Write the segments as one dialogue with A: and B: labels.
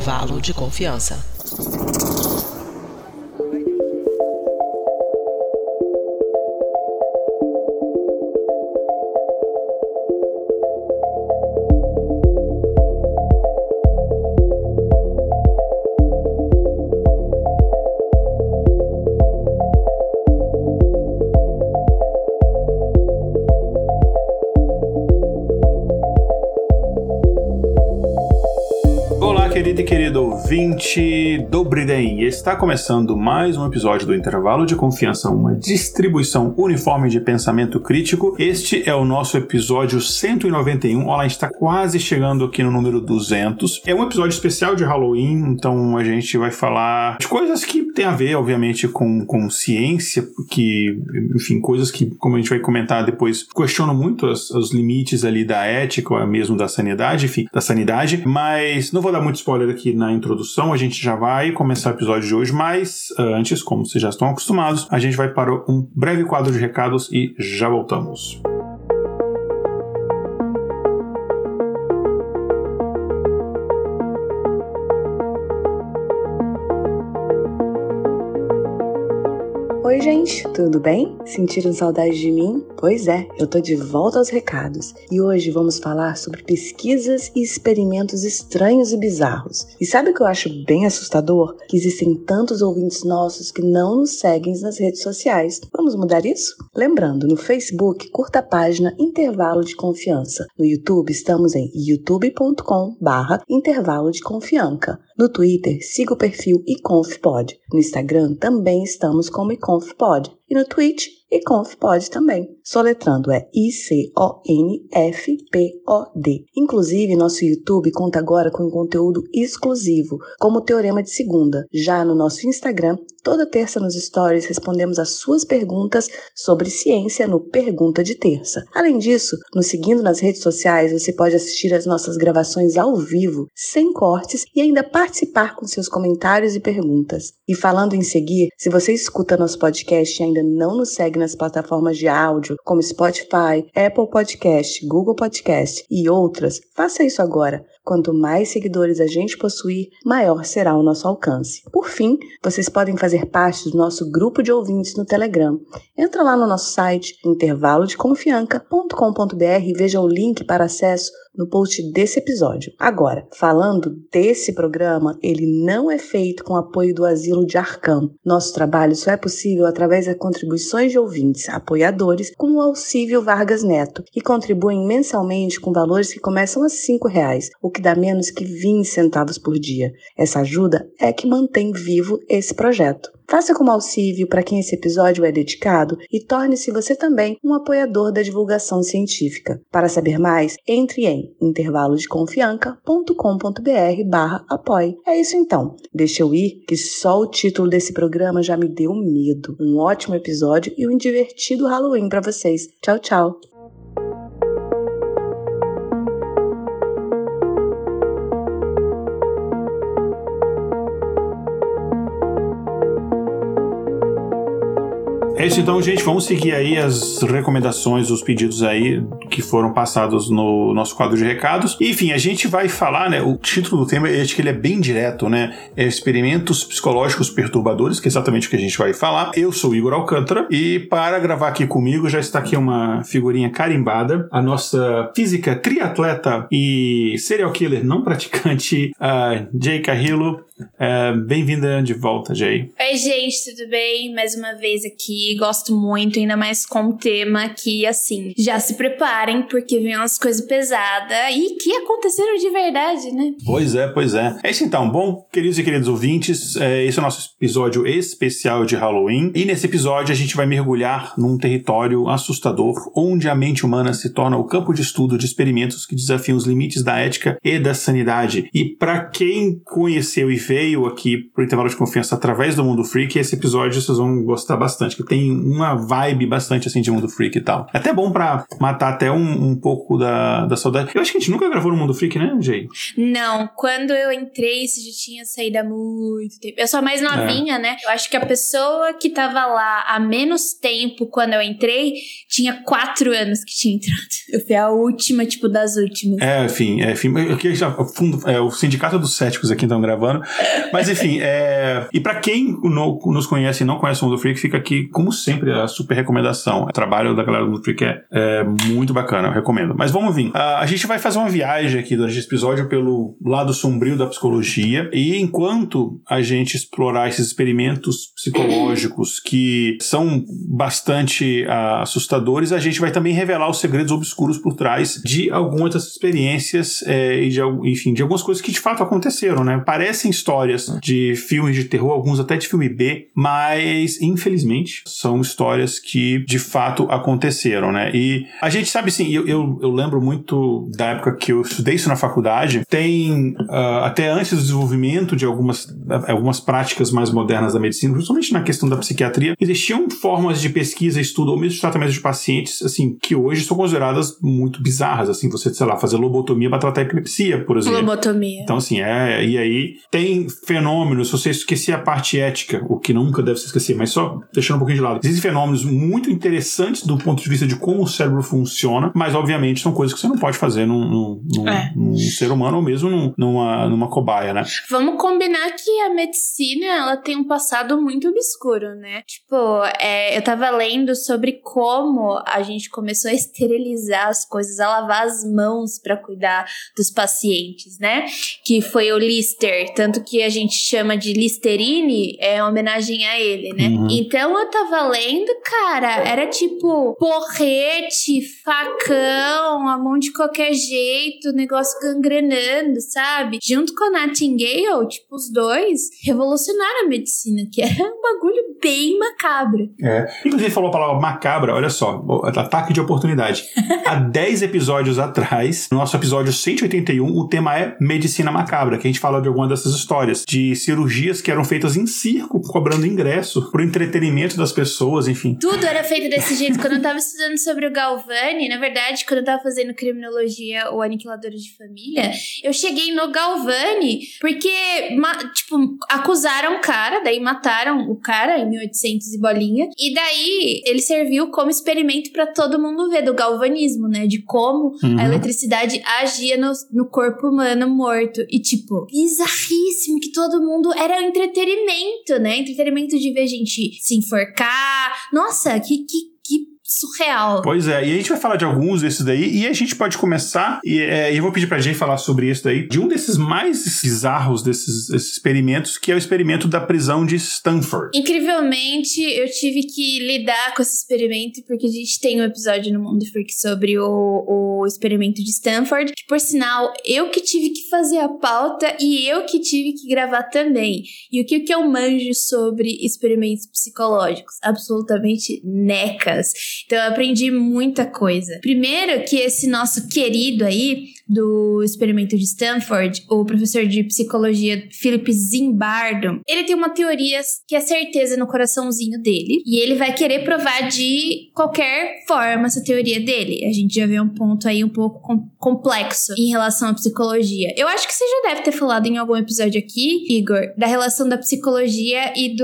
A: Intervalo de confiança.
B: Querido e querido ouvinte, Dobry Den, está começando mais um episódio do Intervalo de Confiança, uma distribuição uniforme de pensamento crítico. Este é o nosso episódio 191, olha, a gente está quase chegando aqui no número 200. É um episódio especial de Halloween, então a gente vai falar de coisas que tem a ver, obviamente, com ciência, que, enfim, coisas que, como a gente vai comentar depois, questionam muito os limites ali da ética, ou mesmo da sanidade, enfim, da sanidade, mas não vou dar muito spoiler aqui na introdução, a gente já vai começar o episódio de hoje, mas antes, como vocês já estão acostumados, a gente vai para um breve quadro de recados e já voltamos.
C: Oi gente, tudo bem? Sentiram saudade de mim? Pois é, eu tô de volta aos recados e hoje vamos falar sobre pesquisas e experimentos estranhos e bizarros. E sabe o que eu acho bem assustador? Que existem tantos ouvintes nossos que não nos seguem nas redes sociais. Vamos mudar isso? Lembrando, no Facebook, curta a página Intervalo de Confiança. No YouTube, estamos em youtube.com/Intervalo de Confianca. No Twitter, siga o perfil iconfpod. No Instagram, também estamos como iconfpod. E no Twitch, iconfpod também. Soletrando é ICONFPOD. Inclusive, nosso YouTube conta agora com conteúdo exclusivo, como o Teorema de Segunda. Já no nosso Instagram, toda terça nos stories respondemos as suas perguntas sobre ciência no Pergunta de Terça. Além disso, nos seguindo nas redes sociais, você pode assistir às nossas gravações ao vivo, sem cortes, e ainda participar com seus comentários e perguntas. E falando em seguir, se você escuta nosso podcast e ainda não nos segue nas plataformas de áudio, como Spotify, Apple Podcast, Google Podcast e outras, faça isso agora. Quanto mais seguidores a gente possuir, maior será o nosso alcance. Por fim, vocês podem fazer parte do nosso grupo de ouvintes no Telegram. Entra lá no nosso site, intervalodeconfianca.com.br e veja o link para acesso no post desse episódio. Agora, falando desse programa, ele não é feito com apoio do Asilo de Arkham. Nosso trabalho só é possível através das contribuições de ouvintes, apoiadores, como o Alcívio Vargas Neto, que contribuem mensalmente com valores que começam a R$5, o que dá menos que 20 centavos por dia. Essa ajuda é que mantém vivo esse projeto. Faça como Alcívio para quem esse episódio é dedicado e torne-se você também um apoiador da divulgação científica. Para saber mais, entre em intervalodeconfianca.com.br/apoie. É isso então. Deixa eu ir, que só o título desse programa já me deu medo. Um ótimo episódio e um divertido Halloween para vocês. Tchau, tchau.
B: É isso então, gente, vamos seguir aí as recomendações, os pedidos aí que foram passados no nosso quadro de recados. Enfim, a gente vai falar, né, o título do tema, eu acho que ele é bem direto, né, é experimentos psicológicos perturbadores, que é exatamente o que a gente vai falar. Eu sou o Igor Alcântara e para gravar aqui comigo já está aqui uma figurinha carimbada, a nossa física triatleta e serial killer não praticante, Jay Carrillo. Bem-vinda de volta, Jay.
D: Oi, gente, tudo bem? Mais uma vez aqui, gosto muito, ainda mais com o tema que, assim, já se preparem, porque vem umas coisas pesadas e que aconteceram de verdade, né?
B: Pois é. É isso então, bom, queridos e queridos ouvintes, esse é o nosso episódio especial de Halloween, e nesse episódio a gente vai mergulhar num território assustador, onde a mente humana se torna o campo de estudo de experimentos que desafiam os limites da ética e da sanidade. E para quem conheceu e veio aqui pro Intervalo de Confiança através do Mundo Freak, esse episódio vocês vão gostar bastante, que tem tem uma vibe bastante assim de Mundo Freak e tal. É até bom pra matar até um pouco da saudade. Eu acho que a gente nunca gravou no Mundo Freak, né, Jay?
D: Não, quando eu entrei, isso já tinha saído há muito tempo. Eu sou a mais novinha, né? Eu acho que a pessoa que tava lá há menos tempo quando eu entrei, tinha 4 anos que tinha entrado. Eu fui a última, tipo, das últimas.
B: Enfim. Aqui já, o Sindicato dos Céticos aqui estão gravando. Mas, enfim, e pra quem nos conhece e não conhece o Mundo Freak, fica aqui, como sempre, a super recomendação. O trabalho da galera do Mundo Freak é muito bacana, eu recomendo. Mas vamos vir. A gente vai fazer uma viagem aqui durante esse episódio pelo lado sombrio da psicologia, e enquanto a gente explorar esses experimentos psicológicos que são bastante assustadores, a gente vai também revelar os segredos obscuros por trás de algumas dessas experiências e de algumas coisas que de fato aconteceram, né? Parecem histórias de filmes de terror, alguns até de filme B, mas infelizmente são histórias que de fato aconteceram, né? E a gente sabe, assim, eu lembro muito da época que eu estudei isso na faculdade, tem até antes do desenvolvimento de algumas práticas mais modernas da medicina, principalmente na questão da psiquiatria, existiam formas de pesquisa, estudo ou mesmo de tratamento de pacientes, assim, que hoje são consideradas muito bizarras, assim, você, sei lá, fazer lobotomia para tratar epilepsia, por exemplo.
D: Lobotomia.
B: Então, assim, e aí tem fenômenos, se você esquecer a parte ética, o que nunca deve se esquecer, mas só deixando um pouquinho de lado, existem fenômenos muito interessantes do ponto de vista de como o cérebro funciona, mas obviamente são coisas que você não pode fazer num ser humano ou mesmo numa cobaia, né?
D: Vamos combinar que a medicina, ela tem um passado muito obscuro, né? Tipo, eu tava lendo sobre como a gente começou a esterilizar as coisas, a lavar as mãos pra cuidar dos pacientes, né? Que foi o Lister, tanto que a gente chama de Listerine, é homenagem a ele, né?
B: Uhum.
D: Então eu tava lendo, cara, era tipo porrete, facão, a mão de qualquer jeito, o negócio gangrenando, sabe? Junto com a Nightingale, tipo, os dois revolucionaram a medicina, que era um bagulho bem macabro.
B: Inclusive falou a palavra macabra, olha só, ataque de oportunidade. Há 10 episódios atrás, no nosso episódio 181, o tema é medicina macabra, que a gente fala de alguma dessas histórias, de cirurgias que eram feitas em circo, cobrando ingresso, pro entretenimento das pessoas, enfim.
D: Tudo era feito desse jeito. Quando eu tava estudando sobre o Galvani, na verdade, quando eu tava fazendo criminologia ou aniquiladores de família, eu cheguei no Galvani porque, tipo, acusaram o cara, daí mataram o cara em 1800 e bolinha, e daí ele serviu como experimento pra todo mundo ver do galvanismo, né, de como a eletricidade agia no corpo humano morto, e tipo, bizarríssimo que todo mundo, era entretenimento, né, entretenimento de ver gente se enforcar, nossa, que surreal.
B: Pois é, e a gente vai falar de alguns desses daí, e a gente pode começar, e eu vou pedir pra Jay falar sobre isso daí, de um desses mais bizarros desses experimentos, que é o experimento da prisão de Stanford.
D: Incrivelmente, eu tive que lidar com esse experimento, porque a gente tem um episódio no Mundo Freak sobre o experimento de Stanford, que, por sinal, eu que tive que fazer a pauta e eu que tive que gravar também. E o que eu manjo sobre experimentos psicológicos? Absolutamente necas. Então eu aprendi muita coisa. Primeiro que esse nosso querido aí do experimento de Stanford, o professor de psicologia Philip Zimbardo, ele tem uma teoria que é certeza no coraçãozinho dele, e ele vai querer provar de qualquer forma essa teoria dele. A gente já vê um ponto aí um pouco complexo em relação à psicologia. Eu acho que você já deve ter falado em algum episódio aqui, Igor, da relação da psicologia e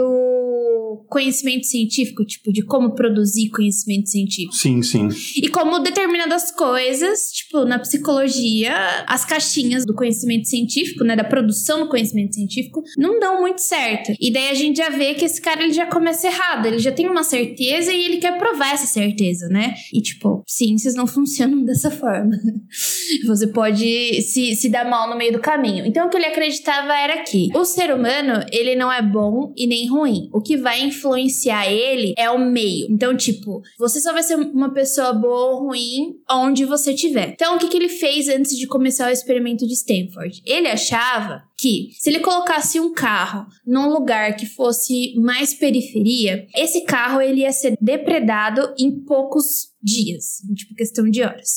D: do conhecimento científico, tipo, de como produzir conhecimento científico.
B: Sim, sim.
D: E como determinadas coisas, tipo, na psicologia, as caixinhas do conhecimento científico, né, da produção do conhecimento científico, não dão muito certo. E daí a gente já vê que esse cara, ele já começa errado, ele já tem uma certeza e ele quer provar essa certeza, né? E tipo, ciências não funcionam dessa forma. Você pode se dar mal no meio do caminho. Então o que ele acreditava era que o ser humano, ele não é bom e nem ruim. O que vai influenciar ele é o meio. Então, tipo, você só vai ser uma pessoa boa ou ruim onde você estiver. Então, o que ele fez antes de começar o experimento de Stanford? Ele achava que se ele colocasse um carro num lugar que fosse mais periferia, esse carro ele ia ser depredado em poucos dias, tipo questão de horas.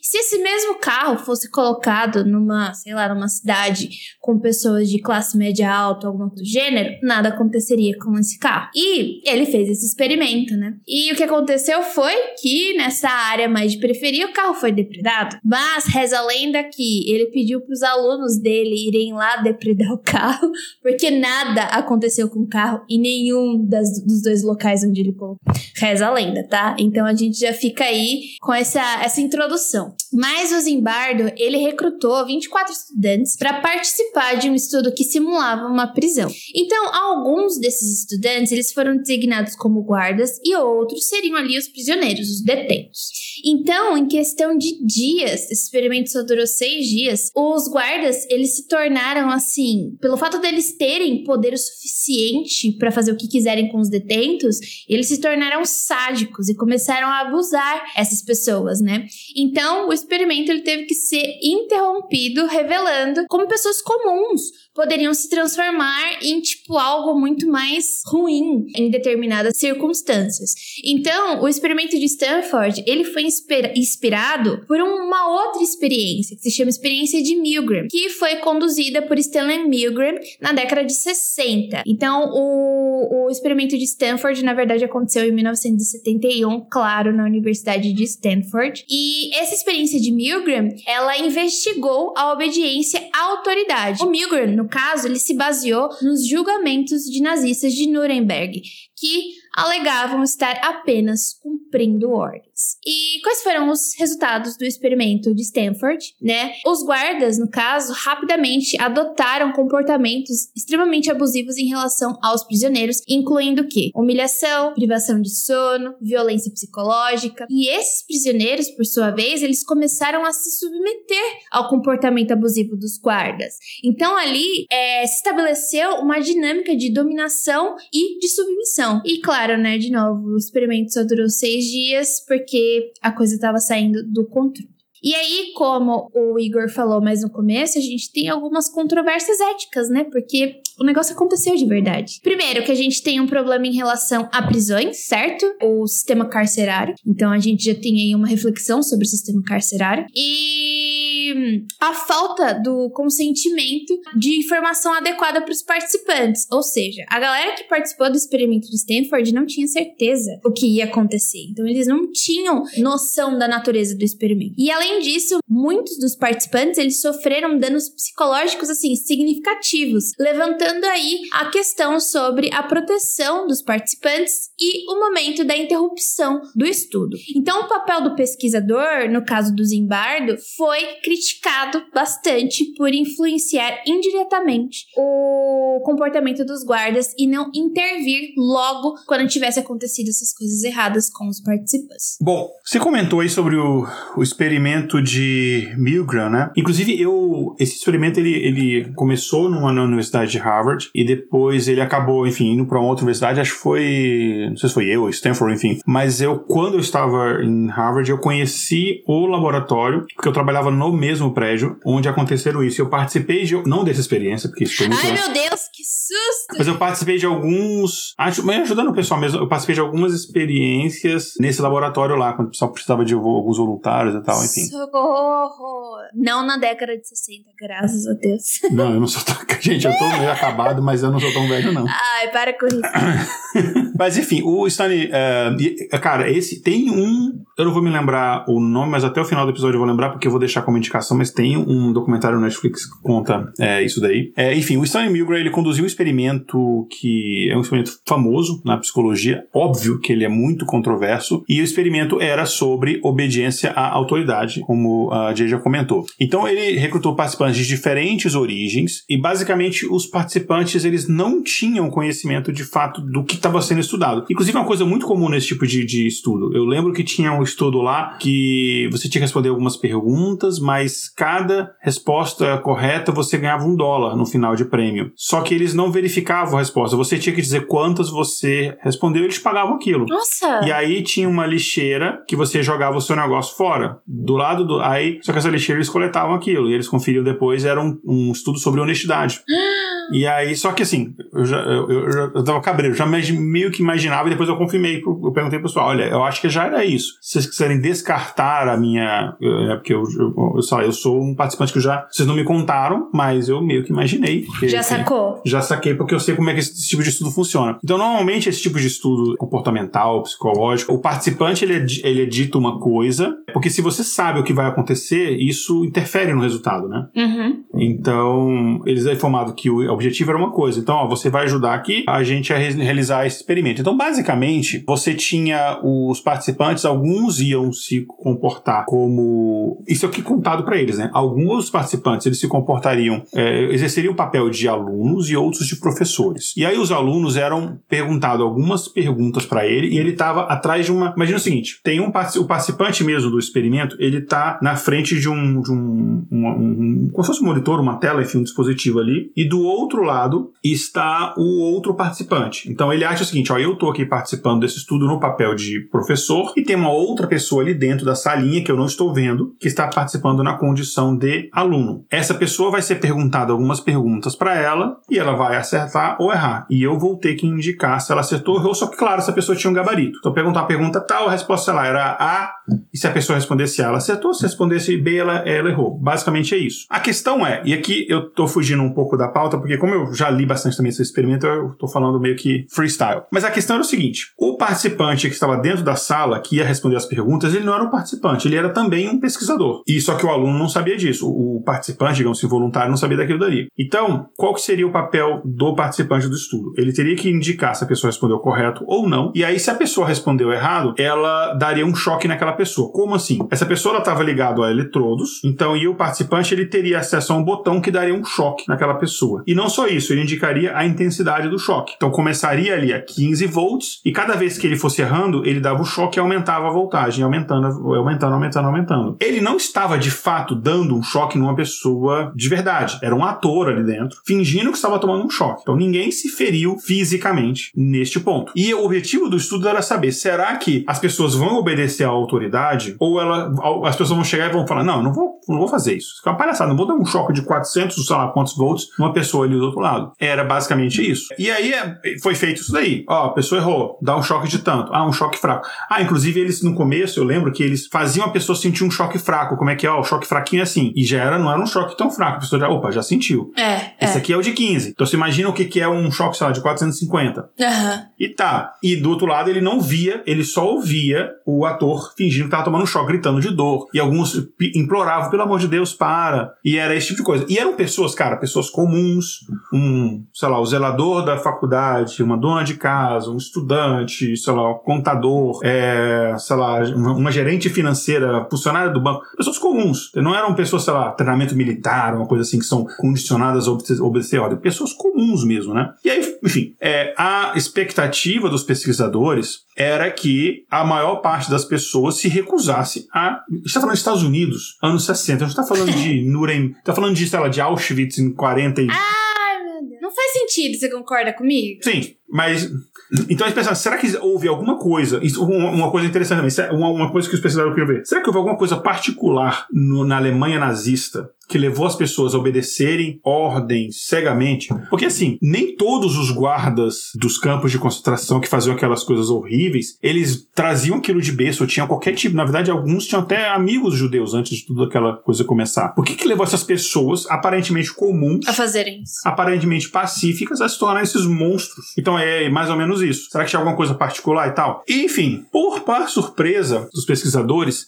D: Se esse mesmo carro fosse colocado numa cidade com pessoas de classe média alta, alguma coisa do gênero, nada aconteceria com esse carro. E ele fez esse experimento, né? E o que aconteceu foi que nessa área mais de periferia o carro foi depredado. Mas reza a lenda que ele pediu para os alunos dele irem lá depredar o carro, porque nada aconteceu com o carro em nenhum dos dois locais onde ele colocou. Reza a lenda, tá? Então a gente já fica aí com essa introdução. Mas o Zimbardo, ele recrutou 24 estudantes para participar de um estudo que simulava uma prisão. Então, alguns desses estudantes, eles foram designados como guardas e outros seriam ali os prisioneiros, os detentos. Então, em questão de dias, esse experimento só durou 6 dias, os guardas, eles se tornaram assim, pelo fato deles terem poder o suficiente para fazer o que quiserem com os detentos, eles se tornaram sádicos e começaram a abusar essas pessoas, né? Então, o experimento ele teve que ser interrompido, revelando como pessoas comuns poderiam se transformar em, tipo, algo muito mais ruim em determinadas circunstâncias. Então, o experimento de Stanford, ele foi inspirado por uma outra experiência, que se chama experiência de Milgram, que foi conduzida por Stanley Milgram na década de 60. Então, o experimento de Stanford, na verdade, aconteceu em 1971, claro, na Universidade de Stanford. E essa experiência de Milgram, ela investigou a obediência à autoridade. O Milgram, no caso, ele se baseou nos julgamentos de nazistas de Nuremberg, que alegavam estar apenas cumprindo ordens. E quais foram os resultados do experimento de Stanford, né? Os guardas, no caso, rapidamente adotaram comportamentos extremamente abusivos em relação aos prisioneiros, incluindo o quê? Humilhação, privação de sono, violência psicológica. E esses prisioneiros, por sua vez, eles começaram a se submeter ao comportamento abusivo dos guardas. Então, ali, se estabeleceu uma dinâmica de dominação e de submissão. E, claro, né, de novo, o experimento só durou 6 dias porque a coisa estava saindo do controle. E aí, como o Igor falou mais no começo, a gente tem algumas controvérsias éticas, né? Porque o negócio aconteceu de verdade. Primeiro, que a gente tem um problema em relação a prisões, certo? O sistema carcerário. Então, a gente já tem aí uma reflexão sobre o sistema carcerário. E a falta do consentimento de informação adequada para os participantes. Ou seja, a galera que participou do experimento de Stanford não tinha certeza o que ia acontecer. Então, eles não tinham noção da natureza do experimento. E, além disso, muitos dos participantes, eles sofreram danos psicológicos, assim, significativos, levantando aí a questão sobre a proteção dos participantes e o momento da interrupção do estudo. Então, o papel do pesquisador, no caso do Zimbardo, foi criticado bastante por influenciar indiretamente o comportamento dos guardas e não intervir logo quando tivesse acontecido essas coisas erradas com os participantes.
B: Bom, você comentou aí sobre o experimento de Milgram, né? Inclusive, esse experimento, ele começou na Universidade de Harvard e depois ele acabou, enfim, indo para uma outra universidade, acho que foi, não sei se foi eu ou Stanford, enfim. Mas quando eu estava em Harvard, eu conheci o laboratório, porque eu trabalhava no mesmo prédio onde aconteceram isso. Eu participei não dessa experiência, porque isso foi muito
D: Ai, meu Deus, que susto!
B: Mas eu participei de ajudando o pessoal mesmo, eu participei de algumas experiências nesse laboratório lá, quando o pessoal precisava de alguns voluntários e tal, enfim.
D: Socorro! Não na década de 60, graças a Deus.
B: Não, eu não sou tão... Gente, eu tô meio acabado, mas eu não sou tão velho, não.
D: Ai, para com isso.
B: Mas, enfim, o Stanley... cara, esse tem eu não vou me lembrar o nome, mas até o final do episódio eu vou lembrar, porque eu vou deixar como indicação, mas tem um documentário no Netflix que conta isso daí. Enfim, o Stanley Milgram, ele conduziu um experimento que é um experimento famoso na psicologia. Óbvio que ele é muito controverso. E o experimento era sobre obediência à autoridade, como a Jay já comentou. Então, ele recrutou participantes de diferentes origens e, basicamente, os participantes, eles não tinham conhecimento, de fato, do que estava sendo estudado. Inclusive, é uma coisa muito comum nesse tipo de estudo. Eu lembro que tinha um estudo lá que você tinha que responder algumas perguntas, mas cada resposta correta você ganhava $1 no final de prêmio. Só que eles não verificavam a resposta. Você tinha que dizer quantas você respondeu e eles pagavam aquilo.
D: Nossa!
B: E aí tinha uma lixeira que você jogava o seu negócio fora. Do lado só que essa lixeira eles coletavam aquilo e eles conferiam depois, era um estudo sobre honestidade. E aí, só que assim, eu tava cabreiro, já meio que imaginava e depois eu confirmei, eu perguntei pro pessoal, olha, eu acho que já era isso. Se vocês quiserem descartar a minha... porque eu sou um participante que vocês não me contaram, mas eu meio que imaginei. Porque,
D: já sacou?
B: Já saquei, porque eu sei como é que esse tipo de estudo funciona. Então, normalmente, esse tipo de estudo comportamental, psicológico, o participante, ele é dito uma coisa, porque se você sabe o que vai acontecer, isso interfere no resultado, né?
D: Uhum.
B: Então, eles é informado que o objetivo era uma coisa. Então, você vai ajudar aqui a gente a realizar esse experimento. Então, basicamente, você tinha os participantes, alguns iam se comportar como... Isso é o que é contado para eles, né? Alguns participantes, eles se comportariam, exerceriam o papel de alunos e outros de professores. E aí, os alunos eram perguntados algumas perguntas para ele e ele estava atrás de uma... Imagina o seguinte, tem o participante mesmo do experimento, ele está na frente de como se fosse um monitor, uma tela, enfim, um dispositivo ali, e do outro lado está o outro participante. Então ele acha o seguinte, eu estou aqui participando desse estudo no papel de professor e tem uma outra pessoa ali dentro da salinha que eu não estou vendo, que está participando na condição de aluno. Essa pessoa vai ser perguntada algumas perguntas para ela e ela vai acertar ou errar. E eu vou ter que indicar se ela acertou ou errou, só que claro, essa pessoa tinha um gabarito. Então perguntar a pergunta tal, a resposta, sei lá, era A, e se a pessoa respondesse A, ela acertou, se respondesse B, ela errou. Basicamente é isso. A questão é, e aqui eu tô fugindo um pouco da pauta, porque como eu já li bastante também esse experimento, eu tô falando meio que freestyle. Mas a questão era o seguinte, o participante que estava dentro da sala, que ia responder as perguntas, ele não era um participante, ele era também um pesquisador. E só que o aluno não sabia disso. O participante, digamos assim, voluntário, não sabia daquilo dali. Então, qual que seria o papel do participante do estudo? Ele teria que indicar se a pessoa respondeu correto ou não, e aí se a pessoa respondeu errado, ela daria um choque naquela pessoa. Como assim? Essa pessoa estava ligada a eletrodos, então o participante ele teria acesso a um botão que daria um choque naquela pessoa. E não só isso, ele indicaria a intensidade do choque. Então começaria ali a 15 volts e cada vez que ele fosse errando, ele dava o choque e aumentava a voltagem, aumentando. Ele não estava de fato dando um choque numa pessoa de verdade. Era um ator ali dentro, fingindo que estava tomando um choque. Então ninguém se feriu fisicamente neste ponto. E o objetivo do estudo era saber, será que as pessoas vão obedecer à autoridade ou as pessoas vão chegar e vão falar, não vou fazer isso. Isso é uma palhaçada, não vou dar um choque de 400, sei lá quantos volts numa pessoa ali do outro lado. Era basicamente isso. E aí foi feito isso daí. A pessoa errou, dá um choque de tanto. Um choque fraco. Inclusive eles no começo, eu lembro que eles faziam a pessoa sentir um choque fraco. Como é que é? O choque fraquinho é assim. E não era um choque tão fraco. A pessoa já sentiu. Esse aqui é o de 15. Então você imagina o que é um choque, sei lá, de 450. E tá. E do outro lado ele não via, ele só ouvia o ator fingindo que estava tomando um choque, gritando de dor. E alguns imploravam, pelo amor de Deus, para. E era esse tipo de coisa. E eram pessoas comuns, sei lá, o zelador da faculdade, uma dona de casa, um estudante, sei lá, um contador, sei lá, uma gerente financeira, funcionária do banco. Pessoas comuns. Não eram pessoas, sei lá, treinamento militar, uma coisa assim, que são condicionadas a obedecer ordem. Pessoas comuns mesmo, né? E aí, enfim, a expectativa dos pesquisadores era que a maior parte das pessoas se recusasse a... A gente está falando dos Estados Unidos, anos 60. A gente está falando de Nuremberg, está falando de, sei lá, de Auschwitz em 40 e...
D: Ai, meu Deus. Não faz sentido, você concorda comigo?
B: Sim, mas... Então eles pensaram, será que houve alguma coisa... Isso, uma coisa interessante também, uma coisa que os pesquisadores queriam ver. Será que houve alguma coisa particular na Alemanha nazista que levou as pessoas a obedecerem ordens cegamente? Porque assim, nem todos os guardas dos campos de concentração que faziam aquelas coisas horríveis, eles traziam aquilo de berço, ou tinham qualquer tipo, na verdade alguns tinham até amigos judeus antes de tudo aquela coisa começar. Por que levou essas pessoas aparentemente comuns
D: a fazerem isso,
B: aparentemente pacíficas, a se tornar esses monstros? Então é mais ou menos isso. Será que tinha alguma coisa particular e tal? E, enfim, por surpresa dos pesquisadores,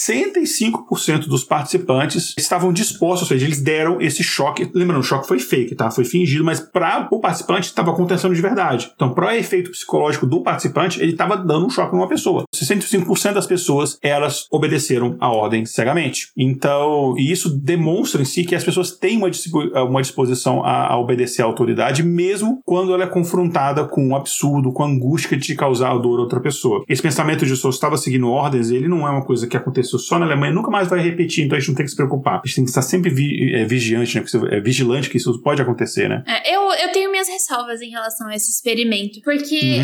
B: 65% dos participantes estavam dispostos, ou seja, eles deram esse choque. Lembrando, o choque foi fake, tá? Foi fingido, mas para o participante estava acontecendo de verdade. Então, para o efeito psicológico do participante, ele estava dando um choque numa pessoa. 65% das pessoas, elas obedeceram a ordem cegamente. Então, e isso demonstra em si que as pessoas têm uma disposição a obedecer à autoridade, mesmo quando ela é confrontada com um absurdo, com a angústia de causar dor a outra pessoa. Esse pensamento de só estava seguindo ordens, ele não é uma coisa que aconteceu só na Alemanha, nunca mais vai repetir, então a gente não tem que se preocupar. A gente tem que estar sempre vigilante, né? Vigilante que isso pode acontecer, né?
D: Eu tenho minhas minhas ressalvas em relação a esse experimento. Porque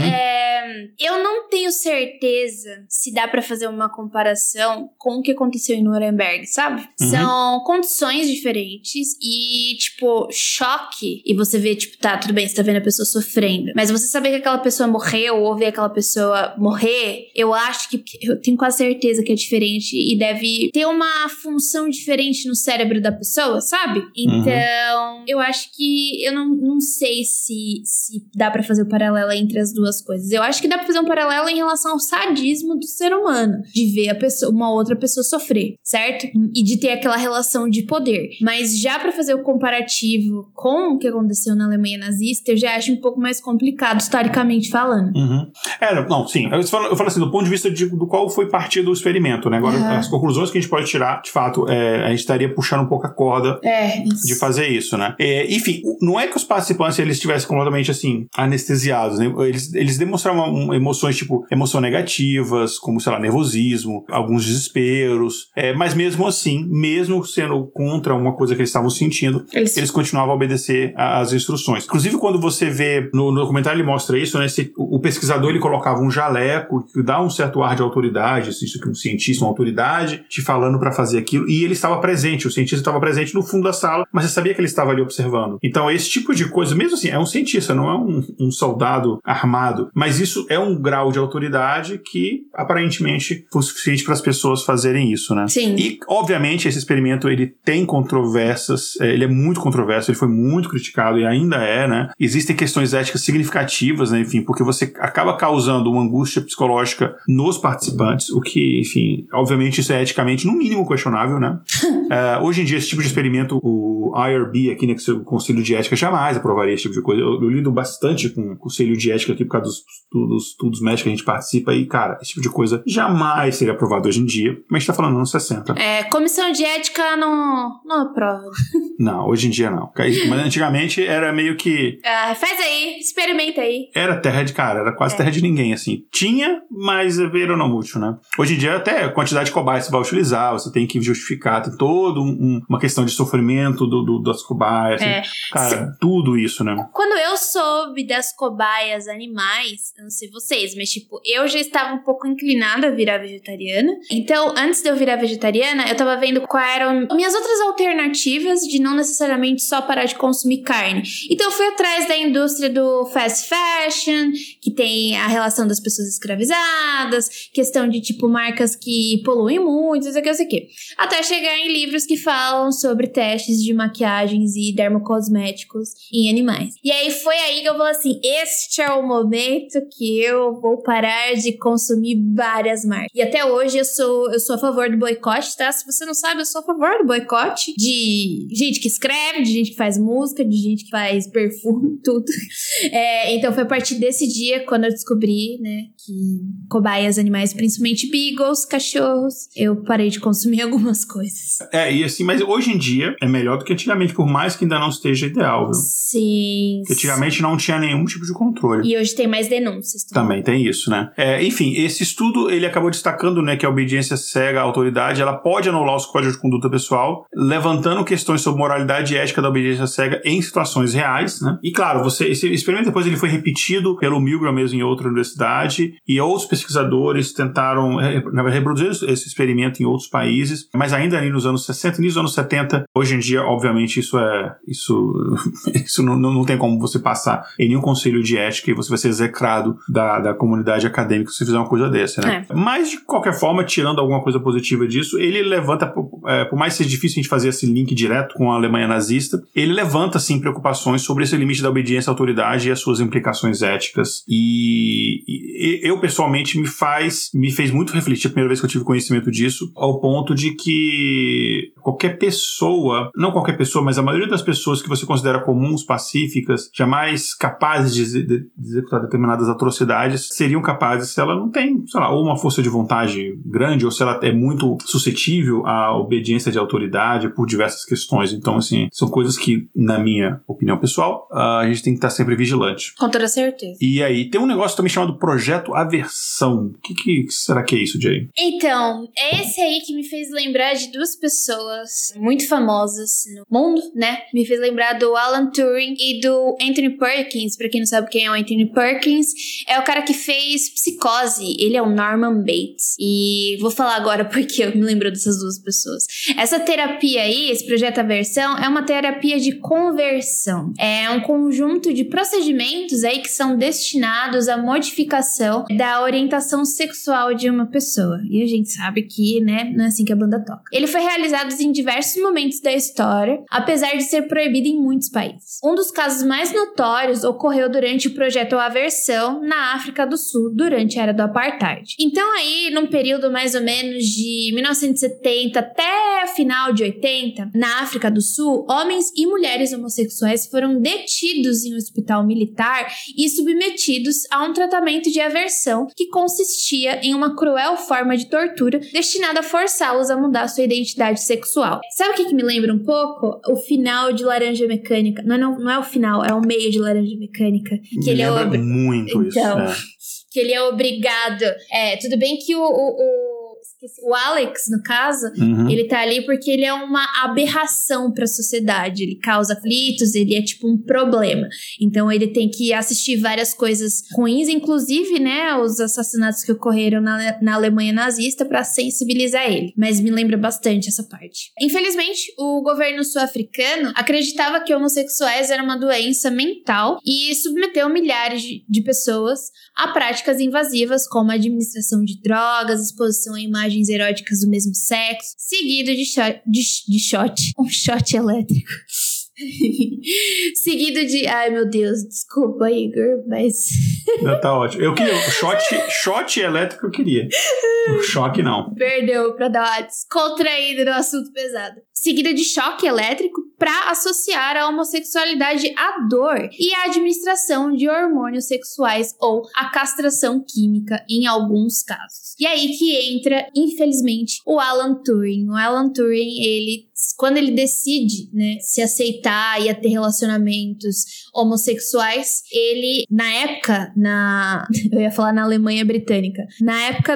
D: eu não tenho certeza se dá pra fazer uma comparação com o que aconteceu em Nuremberg, sabe? São condições diferentes e, tipo, choque. E você vê, tipo, tá, tudo bem, você tá vendo a pessoa sofrendo. Mas você saber que aquela pessoa morreu ou ver aquela pessoa morrer, eu acho que... Eu tenho quase certeza que é diferente e deve ter uma função diferente no cérebro da pessoa, sabe? Então, eu acho que... Eu não sei se dá pra fazer o paralelo entre as duas coisas. Eu acho que dá pra fazer um paralelo em relação ao sadismo do ser humano. De ver uma outra pessoa sofrer, certo? E de ter aquela relação de poder. Mas já pra fazer o comparativo com o que aconteceu na Alemanha nazista, eu já acho um pouco mais complicado, historicamente falando.
B: Não, sim. Eu falo assim, do ponto de vista do qual foi partido do experimento, né? Agora, as conclusões que a gente pode tirar, de fato, a gente estaria puxando um pouco a corda de fazer isso, né? Enfim, não é que os participantes, eles estivessem completamente, assim, anestesiados, né? Eles demonstravam emoções, tipo, emoções negativas, como, sei lá, nervosismo, alguns desesperos, mas mesmo assim, mesmo sendo contra uma coisa que eles estavam sentindo, eles continuavam a obedecer às instruções. Inclusive, quando você vê, no documentário ele mostra isso, né? O pesquisador, ele colocava um jaleco que dá um certo ar de autoridade, isso que um cientista, uma autoridade, te falando pra fazer aquilo, e ele estava presente, o cientista estava presente no fundo da sala, mas você sabia que ele estava ali observando. Então, esse tipo de coisa, mesmo assim, é um cientista, não é um soldado armado, mas isso é um grau de autoridade que, aparentemente, foi suficiente para as pessoas fazerem isso, né?
D: Sim.
B: E, obviamente, esse experimento, ele tem controvérsias, ele é muito controverso, ele foi muito criticado e ainda é, né? Existem questões éticas significativas, né? Enfim, porque você acaba causando uma angústia psicológica nos participantes, o que, enfim, obviamente isso é eticamente, no mínimo, questionável, né? Hoje em dia, esse tipo de experimento, o IRB aqui, né, que o Conselho de Ética jamais aprovaria esse tipo de coisa. Eu lido bastante com o Conselho de Ética aqui por causa dos estudos médicos que a gente participa e, cara, esse tipo de coisa jamais seria aprovado hoje em dia, mas a gente tá falando nos 60.
D: Comissão de ética não aprova.
B: Não, hoje em dia não. Mas antigamente era meio que...
D: faz aí, experimenta aí.
B: Era terra de cara, era quase terra de ninguém, assim. Tinha, mas era não útil, né? Hoje em dia até a quantidade de cobaias que você vai utilizar, você tem que justificar, tem toda uma questão de sofrimento das cobaias, assim. Cara, tudo isso, né?
D: Quando eu soube das cobaias animais, eu não sei vocês, mas tipo, eu já estava um pouco inclinada a virar vegetariana. Então, antes de eu virar vegetariana, eu tava vendo quais eram minhas outras alternativas de não necessariamente só parar de consumir carne. Então, eu fui atrás da indústria do fast fashion, que tem a relação das pessoas escravizadas, questão de, tipo, marcas que poluem muito, não sei o que. Até chegar em livros que falam sobre testes de maquiagens e dermocosméticos em animais. E aí foi aí que eu falei assim, este é o momento que eu vou parar de consumir várias marcas. E até hoje eu sou a favor do boicote, tá? Se você não sabe, eu sou a favor do boicote de gente que escreve, de gente que faz música, de gente que faz perfume, tudo. Então foi a partir desse dia, quando eu descobri, né, que cobaias animais, principalmente beagles, cachorros, eu parei de consumir algumas coisas.
B: E assim, mas hoje em dia é melhor do que antigamente, por mais que ainda não esteja ideal, viu?
D: Sim.
B: Porque antigamente não tinha nenhum tipo de controle.
D: E hoje tem mais denúncias
B: também. Tem isso, né? Enfim, esse estudo, ele acabou destacando, né, que a obediência cega à autoridade, ela pode anular os códigos de conduta pessoal, levantando questões sobre moralidade e ética da obediência cega em situações reais, né? E claro, esse experimento depois ele foi repetido pelo Milgram mesmo em outra universidade, e outros pesquisadores tentaram reproduzir esse experimento em outros países, mas ainda ali nos anos 60, início dos anos 70, hoje em dia, obviamente, isso não tem como você passar em nenhum conselho de ética e você vai ser execrado da comunidade acadêmica se você fizer uma coisa dessa, né? Mas, de qualquer forma, tirando alguma coisa positiva disso, ele levanta, por mais que seja difícil a gente fazer esse link direto com a Alemanha nazista, ele levanta, sim, preocupações sobre esse limite da obediência à autoridade e as suas implicações éticas. E eu, pessoalmente, me fez muito refletir a primeira vez que eu tive conhecimento disso, ao ponto de que qualquer pessoa, não qualquer pessoa, mas a maioria das pessoas que você considera comuns, pacíficas, jamais capazes de executar determinadas atrocidades, seriam capazes se ela não tem, sei lá, ou uma força de vontade grande, ou se ela é muito suscetível à obediência de autoridade por diversas questões. Então, assim, são coisas que, na minha opinião pessoal, a gente tem que estar sempre vigilante.
D: Com toda certeza.
B: E aí, tem um negócio também chamado Projeto Aversão. O que será que é isso, Jay?
D: Então, é esse aí que me fez lembrar de duas pessoas pessoas muito famosas no mundo, né? Me fez lembrar do Alan Turing e do Anthony Perkins. Pra quem não sabe quem é o Anthony Perkins, é o cara que fez Psicose. Ele é o Norman Bates. E vou falar agora porque eu me lembro dessas duas pessoas. Essa terapia aí, esse projeto Aversão, é uma terapia de conversão. É um conjunto de procedimentos aí que são destinados à modificação da orientação sexual de uma pessoa. E a gente sabe que, né, não é assim que a banda toca. Ele foi realizado em diversos momentos da história, apesar de ser proibido em muitos países. Um dos casos mais notórios ocorreu durante o projeto Aversão na África do Sul, durante a era do Apartheid. Então aí, num período mais ou menos de 1970 até final de 80, na África do Sul, homens e mulheres homossexuais foram detidos em um hospital militar e submetidos a um tratamento de aversão que consistia em uma cruel forma de tortura destinada a forçá-los a mudar sua identidade sexual. Sabe o que me lembra um pouco? O final de Laranja Mecânica. Não é o final, é o meio de Laranja Mecânica. Que
B: me
D: ele
B: lembra
D: é
B: muito isso.
D: Que ele é obrigado. Tudo bem que o Alex, no caso, ele tá ali porque ele é uma aberração pra sociedade. Ele causa conflitos, ele é tipo um problema. Então ele tem que assistir várias coisas ruins, inclusive, né, os assassinatos que ocorreram na Alemanha nazista, pra sensibilizar ele. Mas me lembra bastante essa parte. Infelizmente, o governo sul-africano acreditava que homossexuais era uma doença mental e submeteu milhares de pessoas a práticas invasivas, como a administração de drogas, exposição a imagens eróticas do mesmo sexo, seguido de shot. Um shot elétrico. Seguido de... Ai, meu Deus, desculpa, Igor, mas...
B: Não, tá ótimo. Eu queria... Shot elétrico eu queria. O choque, não.
D: Perdeu pra dar uma descontraída no assunto pesado. Seguida de choque elétrico para associar a homossexualidade à dor e à administração de hormônios sexuais ou a castração química em alguns casos. E aí que entra, infelizmente, o Alan Turing. O Alan Turing, quando ele decide, né, se aceitar e a ter relacionamentos homossexuais, ele, na época, eu ia falar na Alemanha Britânica, na época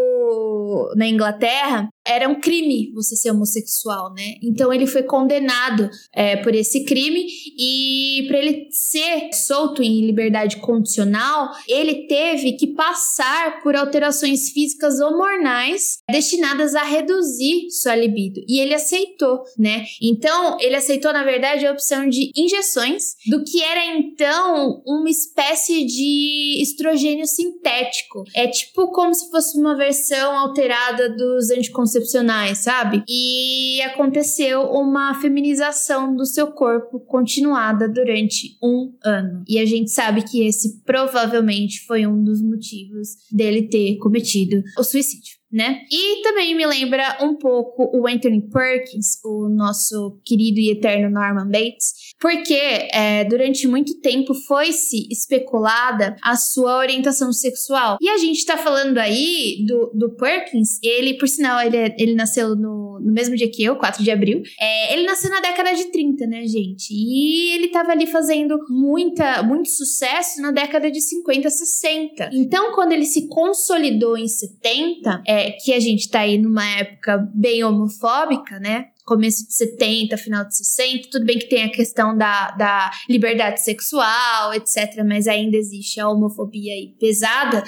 D: na Inglaterra, era um crime você ser homossexual, né? Então ele foi condenado por esse crime e para ele ser solto em liberdade condicional, ele teve que passar por alterações físicas hormonais destinadas a reduzir sua libido. E ele aceitou, né? Então ele aceitou, na verdade, a opção de injeções do que era então uma espécie de estrogênio sintético. É tipo como se fosse uma versão alterada dos anticoncepcionais, sabe? E aconteceu uma feminização do seu corpo continuada durante 1 ano. E a gente sabe que esse provavelmente foi um dos motivos dele ter cometido o suicídio, né? E também me lembra um pouco o Anthony Perkins, o nosso querido e eterno Norman Bates, porque durante muito tempo foi-se especulada a sua orientação sexual. E a gente tá falando aí do Perkins, ele, por sinal, ele nasceu no mesmo dia que eu, 4 de abril. Ele nasceu na década de 30, né, gente? E ele tava ali fazendo muito sucesso na década de 50, 60. Então, quando ele se consolidou em 70, que a gente tá aí numa época bem homofóbica, né? Começo de 70, final de 60, tudo bem que tem a questão da liberdade sexual, etc, mas ainda existe a homofobia aí pesada.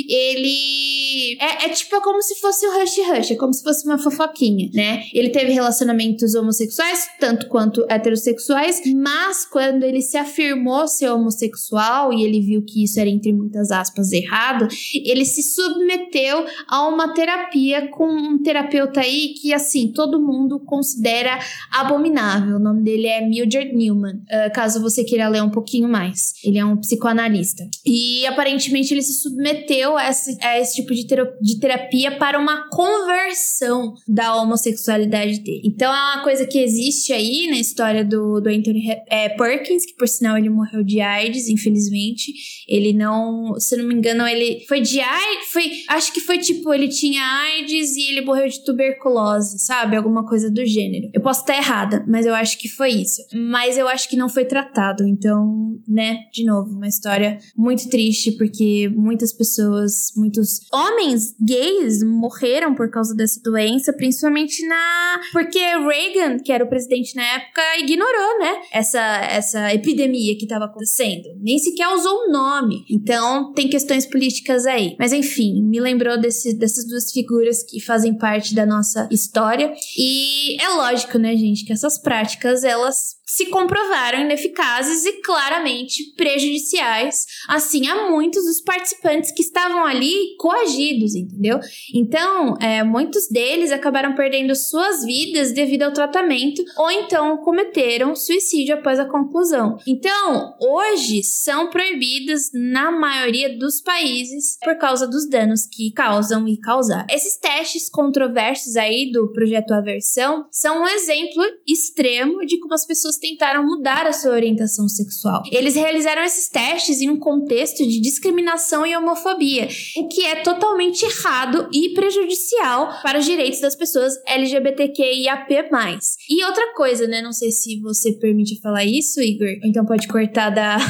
D: Ele tipo como se fosse o Rush, é como se fosse uma fofoquinha, né? Ele teve relacionamentos homossexuais, tanto quanto heterossexuais, mas quando ele se afirmou ser homossexual e ele viu que isso era, entre muitas aspas, errado, ele se submeteu a uma terapia com um terapeuta aí que, assim, todo mundo considera abominável. O nome dele é Mildred Newman, caso você queira ler um pouquinho mais. Ele é um psicoanalista. E aparentemente ele se submeteu a esse tipo de terapia para uma conversão da homossexualidade dele. Então é uma coisa que existe aí na história do Anthony Perkins, que por sinal ele morreu de AIDS, infelizmente. Ele não, se não me engano, ele foi de AIDS, acho que foi tipo, ele tinha AIDS e ele morreu de tuberculose, sabe? Alguma coisa do gênero. gênero. Eu posso estar errada, mas eu acho que foi isso. Mas eu acho que não foi tratado. Então, né, de novo, uma história muito triste, porque muitas pessoas, muitos homens gays morreram por causa dessa doença, principalmente porque Reagan, que era o presidente na época, ignorou, né, essa epidemia que estava acontecendo. Nem sequer usou o nome. Então, tem questões políticas aí. Mas, enfim, me lembrou dessas duas figuras que fazem parte da nossa história. E é lógico, né, gente, que essas práticas, elas se comprovaram ineficazes e claramente prejudiciais, assim, a muitos dos participantes que estavam ali coagidos, entendeu? Então, muitos deles acabaram perdendo suas vidas devido ao tratamento, ou então cometeram suicídio após a conclusão. Então, hoje são proibidas na maioria dos países por causa dos danos que causam e causar. Esses testes controversos aí do projeto Aversão são um exemplo extremo de como as pessoas tentaram mudar a sua orientação sexual. Eles realizaram esses testes em um contexto de discriminação e homofobia, o que é totalmente errado e prejudicial para os direitos das pessoas LGBTQIAP+. E outra coisa, né? Não sei se você permite falar isso, Igor. Então pode cortar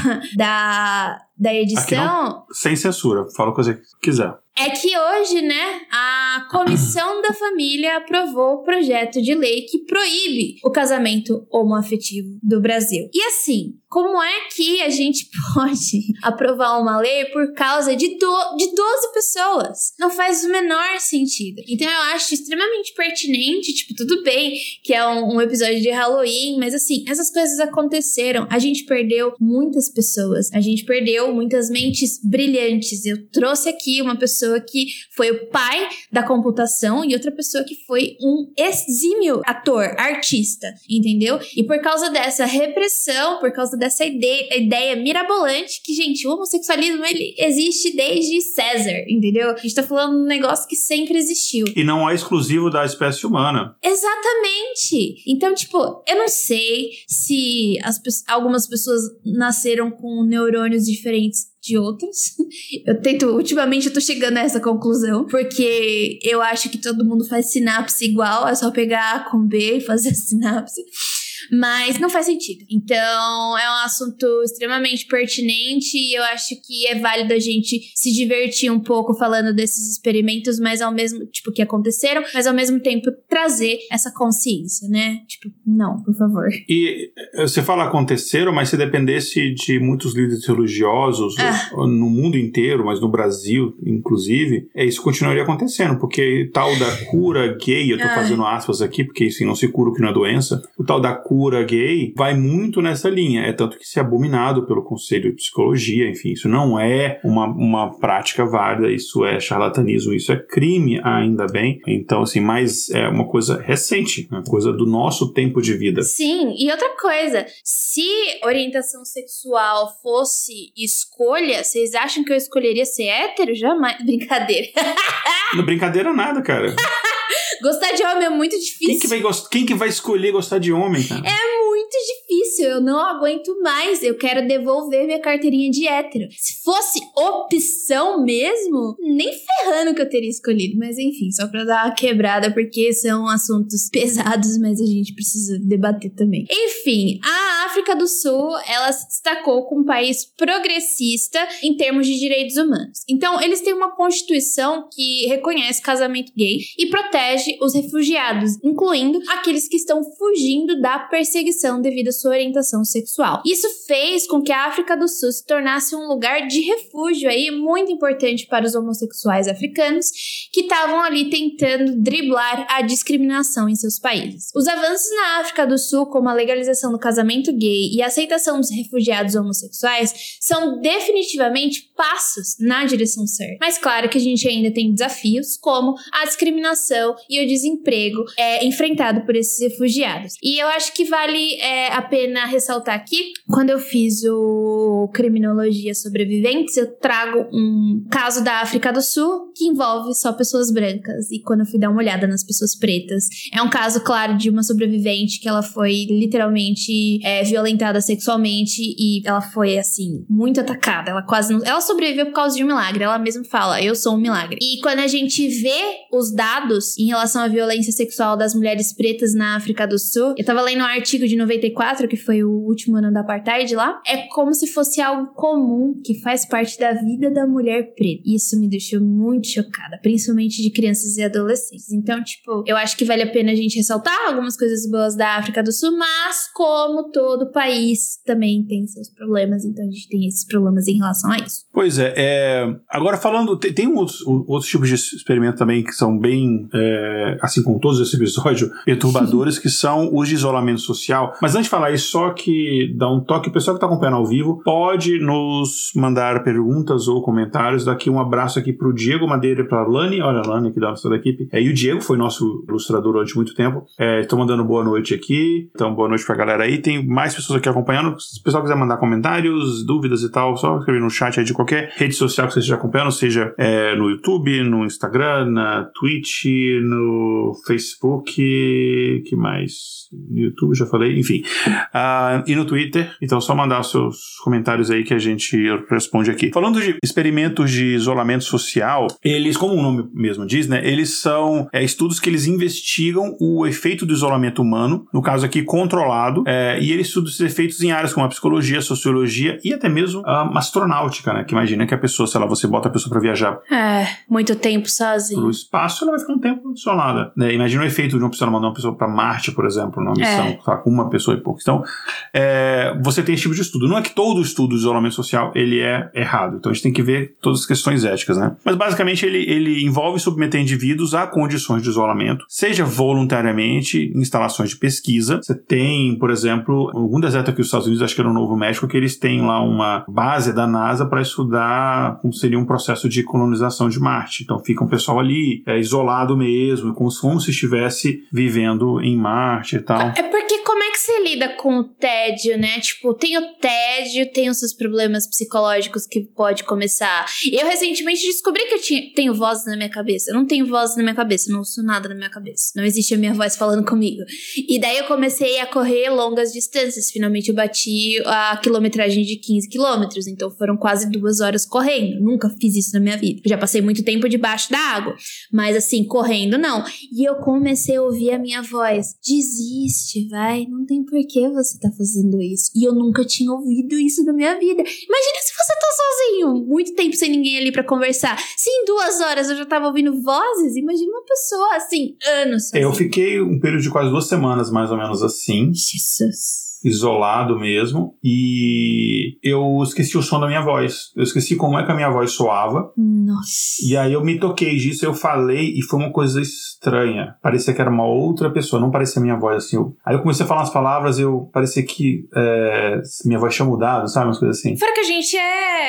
D: da edição.
B: Aqui não, sem censura. Fala o que você quiser.
D: É que hoje, né, a Comissão da Família aprovou o projeto de lei que proíbe o casamento homoafetivo do Brasil. E assim, como é que a gente pode aprovar uma lei por causa de 12 pessoas? Não faz o menor sentido. Então eu acho extremamente pertinente, tipo, tudo bem que é um episódio de Halloween, mas assim, essas coisas aconteceram. A gente perdeu muitas pessoas. A gente perdeu muitas mentes brilhantes. Eu trouxe aqui uma pessoa que foi o pai da computação e outra pessoa que foi um exímio ator, artista, entendeu? E por causa dessa repressão, por causa dessa ideia mirabolante que, gente, o homossexualismo, ele existe desde César, entendeu? A gente tá falando de um negócio que sempre existiu.
B: E não é exclusivo da espécie humana.
D: Exatamente! Então, tipo, eu não sei se algumas pessoas nasceram com neurônios diferentes de outras. Ultimamente eu tô chegando a essa conclusão, porque eu acho que todo mundo faz sinapse igual, é só pegar A com B e fazer a sinapse. Mas não faz sentido. Então, é um assunto extremamente pertinente e eu acho que é válido a gente se divertir um pouco falando desses experimentos, mas ao mesmo, tipo, que aconteceram, mas ao mesmo tempo trazer essa consciência, né? Tipo, não, por favor.
B: E você fala aconteceram, mas se dependesse de muitos líderes religiosos no mundo inteiro, mas no Brasil, inclusive, isso continuaria acontecendo, porque tal da cura gay, eu tô fazendo aspas aqui, porque assim, não se cura o que não é doença, o tal da cura gay vai muito nessa linha, é tanto que isso é abominado pelo Conselho de Psicologia, enfim, isso não é uma prática válida, isso é charlatanismo, isso é crime, ainda bem. Então, assim, mas é uma coisa recente, uma coisa do nosso tempo de vida.
D: Sim, e outra coisa, se orientação sexual fosse escolha, vocês acham que eu escolheria ser hétero? Jamais. Brincadeira.
B: Não, brincadeira nada, cara.
D: Gostar de homem é muito difícil.
B: Quem que vai escolher gostar de homem, cara?
D: É muito difícil, eu não aguento mais. Eu quero devolver minha carteirinha de hétero. Se fosse opção mesmo, nem ferrando que eu teria escolhido. Mas enfim, só pra dar uma quebrada, porque são assuntos pesados, mas a gente precisa debater também. Enfim, a África do Sul, ela se destacou como um país progressista em termos de direitos humanos. Então, eles têm uma constituição que reconhece casamento gay e protege os refugiados, incluindo aqueles que estão fugindo da perseguição devido à sua orientação sexual. Isso fez com que a África do Sul se tornasse um lugar de refúgio aí muito importante para os homossexuais africanos que estavam ali tentando driblar a discriminação em seus países. Os avanços na África do Sul, como a legalização do casamento gay e a aceitação dos refugiados homossexuais, são definitivamente passos na direção certa. Mas claro que a gente ainda tem desafios, como a discriminação e o desemprego enfrentado por esses refugiados. E eu acho que vale a pena ressaltar aqui, quando eu fiz o Criminologia Sobreviventes, eu trago um caso da África do Sul que envolve só pessoas brancas. E quando eu fui dar uma olhada nas pessoas pretas, é um caso, claro, de uma sobrevivente que ela foi literalmente violentada sexualmente e ela foi, assim, muito atacada. Ela quase não... Ela sobreviveu por causa de um milagre. Ela mesma fala, eu sou um milagre. E quando a gente vê os dados em relação à violência sexual das mulheres pretas na África do Sul, eu tava lendo um artigo de 94, que foi o último ano da apartheid lá, é como se fosse algo comum que faz parte da vida da mulher preta. Isso me deixou muito chocada, principalmente de crianças e adolescentes. Então, tipo, eu acho que vale a pena a gente ressaltar algumas coisas boas da África do Sul, mas como todo país também tem seus problemas, então a gente tem esses problemas em relação a isso.
B: Pois agora falando, tem outros tipos de experimento também que são bem, assim como todos esses episódios, perturbadores, que são os de isolamento social. Mas antes de falar isso, só que dá um toque, o pessoal que está acompanhando ao vivo pode nos mandar perguntas ou comentários. Daqui um abraço aqui pro Diego Madeira e pra Lani, olha a Lani aqui da nossa equipe, e o Diego foi nosso ilustrador durante muito tempo. Estou mandando boa noite aqui, então boa noite pra galera aí. Tem mais pessoas aqui acompanhando. Se o pessoal quiser mandar comentários, dúvidas e tal, só escrever no chat aí de qualquer rede social que você esteja acompanhando, seja no YouTube, no Instagram, na Twitch, no Facebook, que mais? No YouTube, já falei, enfim. E no Twitter, então só mandar os seus comentários aí que a gente responde aqui. Falando de experimentos de isolamento social, eles, como o nome mesmo diz, né, eles são estudos que eles investigam o efeito do isolamento humano, no caso aqui controlado, e eles estudam esses efeitos em áreas como a psicologia, a sociologia e até mesmo a astronáutica, né, que imagina que a pessoa, sei lá, você bota a pessoa pra viajar
D: muito tempo sozinho
B: pro espaço, ela vai ficar um tempo isolada, né? Imagina o efeito de uma pessoa mandar uma pessoa pra Marte, por exemplo, numa missão, tá, com uma pessoa e pouco. Então, você tem esse tipo de estudo. Não é que todo estudo de isolamento social ele é errado, então a gente tem que ver todas as questões éticas, né? Mas basicamente ele envolve submeter indivíduos a condições de isolamento, seja voluntariamente, em instalações de pesquisa. Você tem, por exemplo, algum deserto aqui nos Estados Unidos, acho que era no Novo México, que eles têm lá uma base da NASA para estudar como seria um processo de colonização de Marte. Então fica um pessoal ali isolado mesmo, como se estivesse vivendo em Marte e tal.
D: É porque como é que você lida com o tédio, né? Tipo, tem o tédio, tem os seus problemas psicológicos que pode começar. Eu recentemente descobri que eu tenho vozes na minha cabeça. Eu não tenho vozes na minha cabeça, eu não ouço nada na minha cabeça. Não existe a minha voz falando comigo. E daí eu comecei a correr longas distâncias. Finalmente eu bati a quilometragem de 15 quilômetros. Então foram quase 2 horas correndo. Nunca fiz isso na minha vida. Eu já passei muito tempo debaixo da água. Mas assim, correndo não. E eu comecei a ouvir a minha voz. Desiste, vai. Não tem por que você tá fazendo isso. E eu nunca tinha ouvido isso na minha vida. Imagina se você tá sozinho. Muito tempo sem ninguém ali pra conversar. Se em 2 horas eu já tava ouvindo vozes, imagina uma pessoa assim, anos sozinha.
B: Eu fiquei um período de quase 2 semanas, mais ou menos assim.
D: Jesus.
B: Isolado mesmo, e eu esqueci o som da minha voz. Eu esqueci como é que a minha voz soava.
D: Nossa.
B: E aí eu me toquei disso, eu falei, e foi uma coisa estranha. Parecia que era uma outra pessoa, não parecia a minha voz assim. Aí eu comecei a falar as palavras, parecia que minha voz tinha mudado, sabe? Umas coisas assim.
D: Fora que a gente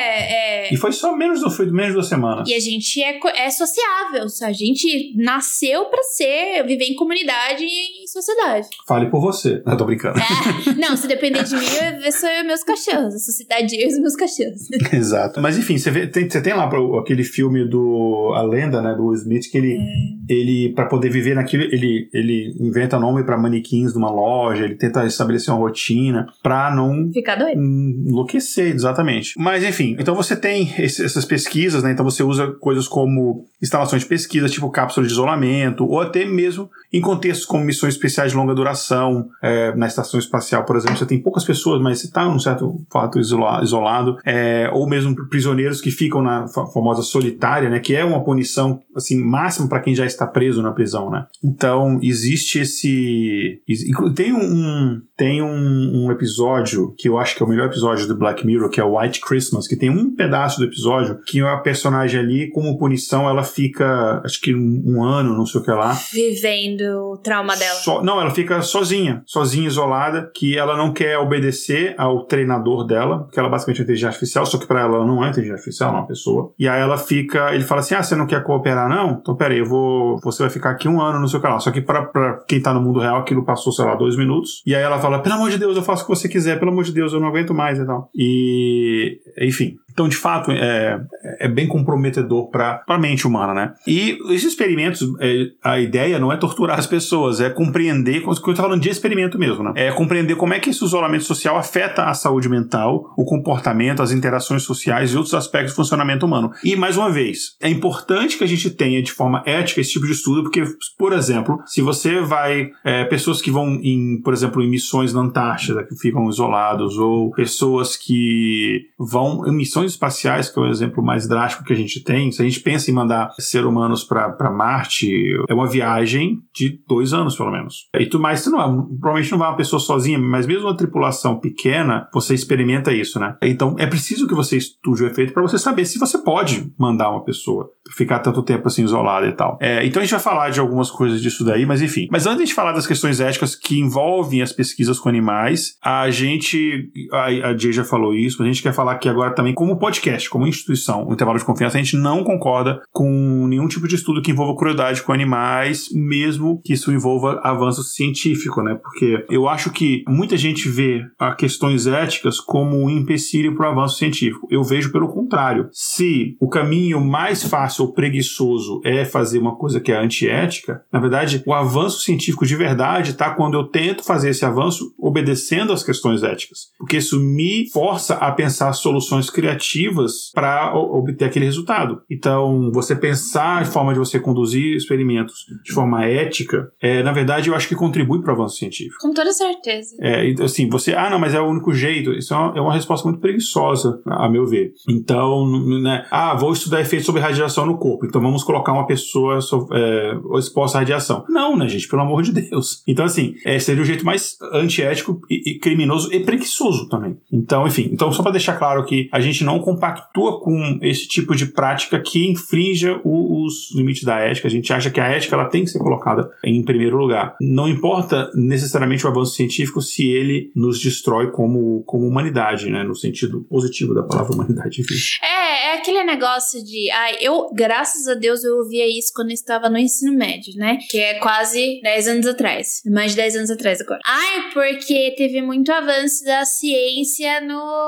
B: E foi menos de 2 semanas.
D: E a gente é sociável. A gente nasceu pra viver em comunidade e em sociedade.
B: Fale por você. Eu tô brincando.
D: Não, se depender de mim, sou eu e meus cachorros. A sociedade eu e os meus cachorros.
B: Exato. Mas enfim, você tem lá aquele filme A Lenda, né, do Will Smith, que ele pra poder viver naquilo, ele inventa nome pra manequins de uma loja, ele tenta estabelecer uma rotina pra não...
D: Ficar doido.
B: Enlouquecer, exatamente. Mas enfim, então você tem essas pesquisas, né, então você usa coisas como instalações de pesquisa, tipo cápsula de isolamento, ou até mesmo em contextos como missões especiais de longa duração, na estação espacial, por exemplo, você tem poucas pessoas, mas você está num certo fato isolado, ou mesmo prisioneiros que ficam na famosa solitária, né, que é uma punição assim, máxima para quem já está preso na prisão, né? Então, existe tem um episódio que eu acho que é o melhor episódio do Black Mirror, que é o White Christmas, que tem um pedaço do episódio que a personagem ali, como punição, ela fica, acho que 1 ano, não sei o que lá.
D: Vivendo o trauma dela.
B: Não, ela fica sozinha, isolada, que ela não quer obedecer ao treinador dela, porque ela basicamente é inteligência artificial, só que pra ela não é inteligência artificial, ela é uma pessoa. E aí ele fala assim, você não quer cooperar não? Então peraí, você vai ficar aqui 1 ano, não sei o que lá. Só que pra quem tá no mundo real, aquilo passou, sei lá, 2 minutos. E aí ela fala, pelo amor de Deus, eu faço o que você quiser, pelo amor de Deus, eu não aguento mais e tal. E, enfim. Então, de fato, é bem comprometedor para a mente humana, né? E esses experimentos, a ideia não é torturar as pessoas, é compreender, como eu estou falando de experimento mesmo, né? É compreender como é que esse isolamento social afeta a saúde mental, o comportamento, as interações sociais e outros aspectos do funcionamento humano. E, mais uma vez, é importante que a gente tenha de forma ética esse tipo de estudo, porque, por exemplo, se você vai... pessoas que vão, por exemplo, em missões na Antártida, que ficam isolados, ou pessoas que vão em missões espaciais, que é o exemplo mais drástico que a gente tem. Se a gente pensa em mandar seres humanos para Marte, é uma viagem de 2 anos, pelo menos. Mas provavelmente não vai uma pessoa sozinha, mas mesmo uma tripulação pequena, você experimenta isso, né? Então, é preciso que você estude o efeito para você saber se você pode mandar uma pessoa ficar tanto tempo assim isolada e tal. Então, a gente vai falar de algumas coisas disso daí, mas enfim. Mas antes de falar das questões éticas que envolvem as pesquisas com animais, a Jay já falou isso, mas a gente quer falar aqui agora também como podcast, como instituição, o intervalo de confiança, a gente não concorda com nenhum tipo de estudo que envolva crueldade com animais, mesmo que isso envolva avanço científico, né? Porque eu acho que muita gente vê as questões éticas como um empecilho para o avanço científico. Eu vejo pelo contrário. Se o caminho mais fácil ou preguiçoso é fazer uma coisa que é antiética, na verdade, o avanço científico de verdade está quando eu tento fazer esse avanço obedecendo às questões éticas. Porque isso me força a pensar soluções criativas para obter aquele resultado. Então, você pensar a forma de você conduzir experimentos de forma ética, na verdade, eu acho que contribui para o avanço científico.
D: Com toda certeza.
B: Assim, não, mas é o único jeito. Isso é uma resposta muito preguiçosa, a meu ver. Então, né, vou estudar efeitos sobre radiação no corpo, então vamos colocar uma pessoa exposta à radiação. Não, né, gente? Pelo amor de Deus. Então, assim, seria o jeito mais antiético e criminoso e preguiçoso também. Então, enfim. Então, só para deixar claro que a gente não compactua com esse tipo de prática que infrinja os limites da ética. A gente acha que a ética ela tem que ser colocada em primeiro lugar. Não importa necessariamente o avanço científico se ele nos destrói como humanidade, né? No sentido positivo da palavra humanidade. Enfim.
D: É aquele negócio de... graças a Deus, eu ouvia isso quando eu estava no ensino médio, né? Que é quase 10 anos atrás. Mais de 10 anos atrás agora. Porque teve muito avanço da ciência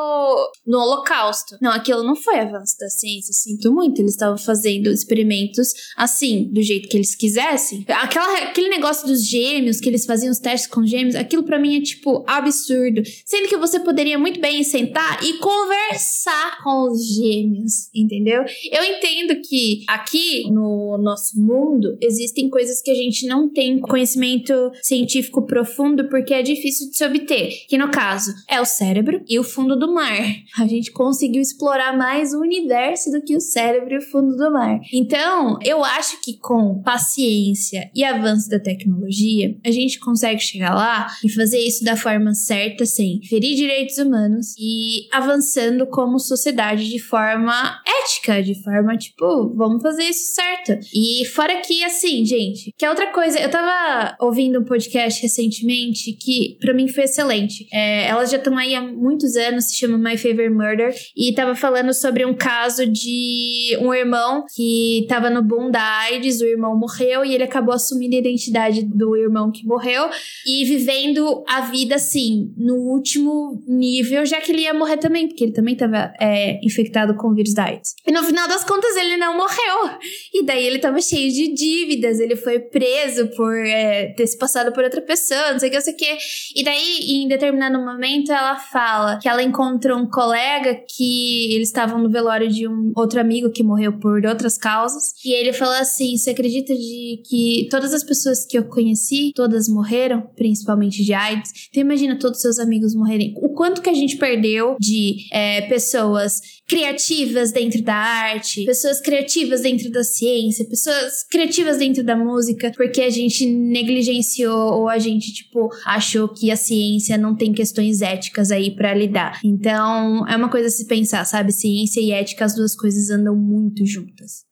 D: no Holocausto. Não, aquilo não foi avanço da ciência, sinto muito. Eles estavam fazendo experimentos assim, do jeito que eles quisessem. Aquele negócio dos gêmeos, que eles faziam os testes com gêmeos, aquilo pra mim é, tipo, absurdo. Sendo que você poderia muito bem sentar e conversar com os gêmeos, entendeu? Eu entendo que aqui no nosso mundo existem coisas que a gente não tem conhecimento científico profundo porque é difícil de se obter. Que no caso é o cérebro e o fundo do mar. A gente conseguiu explorar mais o universo do que o cérebro e o fundo do mar. Então, eu acho que com paciência e avanço da tecnologia, a gente consegue chegar lá e fazer isso da forma certa, sem ferir direitos humanos e avançando como sociedade de forma ética, de forma, tipo, vamos fazer isso certo. E fora que, assim, gente, que é outra coisa, eu tava ouvindo um podcast recentemente que pra mim foi excelente. Elas já estão aí há muitos anos, se chama My Favorite Murder, e tava falando sobre um caso de um irmão que tava no boom da AIDS, o irmão morreu e ele acabou assumindo a identidade do irmão que morreu e vivendo a vida, assim, no último nível, já que ele ia morrer também, porque ele também tava infectado com o vírus da AIDS. E no final das contas ele não morreu. E daí ele tava cheio de dívidas, ele foi preso por ter se passado por outra pessoa, não sei o que. E daí, em determinado momento, ela fala que ela encontrou um colega que eles estavam no velório de um outro amigo que morreu por outras causas. E ele falou assim, você acredita de que todas as pessoas que eu conheci, todas morreram, principalmente de AIDS? Então imagina todos os seus amigos morrerem. O quanto que a gente perdeu de pessoas criativas dentro da arte, pessoas criativas dentro da ciência, pessoas criativas dentro da música, porque a gente negligenciou ou a gente, tipo, achou que a ciência não tem questões éticas aí pra lidar. Então, é uma coisa a se pensar, sabe? Ciência e ética, as duas coisas andam muito juntas.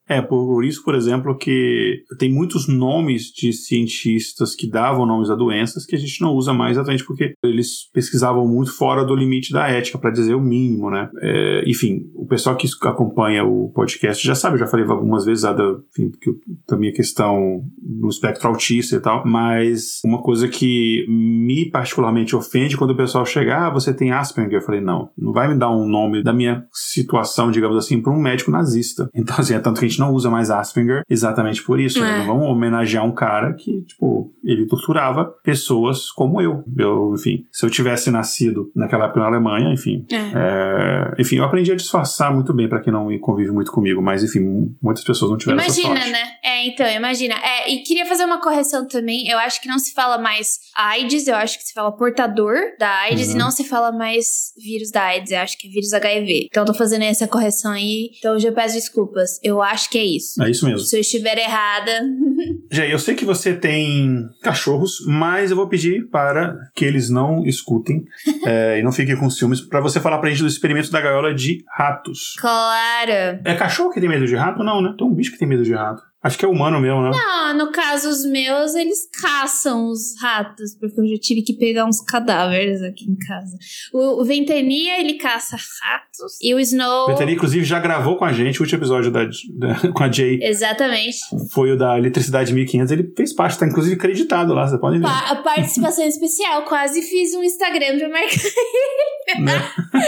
B: Por isso, por exemplo, que tem muitos nomes de cientistas que davam nomes a doenças que a gente não usa mais exatamente porque eles pesquisavam muito fora do limite da ética, para dizer o mínimo, né? Enfim, o pessoal que acompanha o podcast já sabe, eu já falei algumas vezes da minha questão no espectro autista e tal, mas uma coisa que me particularmente ofende quando o pessoal chega, você tem Asperger, eu falei, não vai me dar um nome da minha situação, digamos assim, para um médico nazista. Então, assim, é tanto que a gente não usa mais Asperger exatamente por isso, né? Não vamos homenagear um cara que, tipo, ele torturava pessoas como eu. Enfim, se eu tivesse nascido naquela época na Alemanha, enfim, eu aprendi a disfarçar muito bem para quem não convive muito comigo, mas, enfim, muitas pessoas não tiveram essa sorte.
D: Imagina, né? Imagina. E queria fazer uma correção também, eu acho que não se fala mais AIDS, eu acho que se fala portador da AIDS e não se fala mais vírus da AIDS, eu acho que é vírus HIV. Então eu tô fazendo essa correção aí, então eu já peço desculpas. Eu acho que é isso.
B: É isso mesmo.
D: Se eu estiver errada...
B: Jay, eu sei que você tem cachorros, mas eu vou pedir para que eles não escutem e não fiquem com ciúmes, para você falar pra gente do experimento da gaiola de ratos.
D: Claro.
B: É cachorro que tem medo de rato? Não, né? Tem um bicho que tem medo de rato. Acho que é humano mesmo, né?
D: Não, no caso, os meus, eles caçam os ratos, porque eu já tive que pegar uns cadáveres aqui em casa. O Ventania, ele caça ratos, e o Snow...
B: O Ventania, inclusive, já gravou com a gente o último episódio com a Jay.
D: Exatamente.
B: Foi o da Eletricidade 1500, ele fez parte, tá inclusive acreditado lá, você pode ver.
D: A participação especial, quase fiz um Instagram pra marcar ele. Né?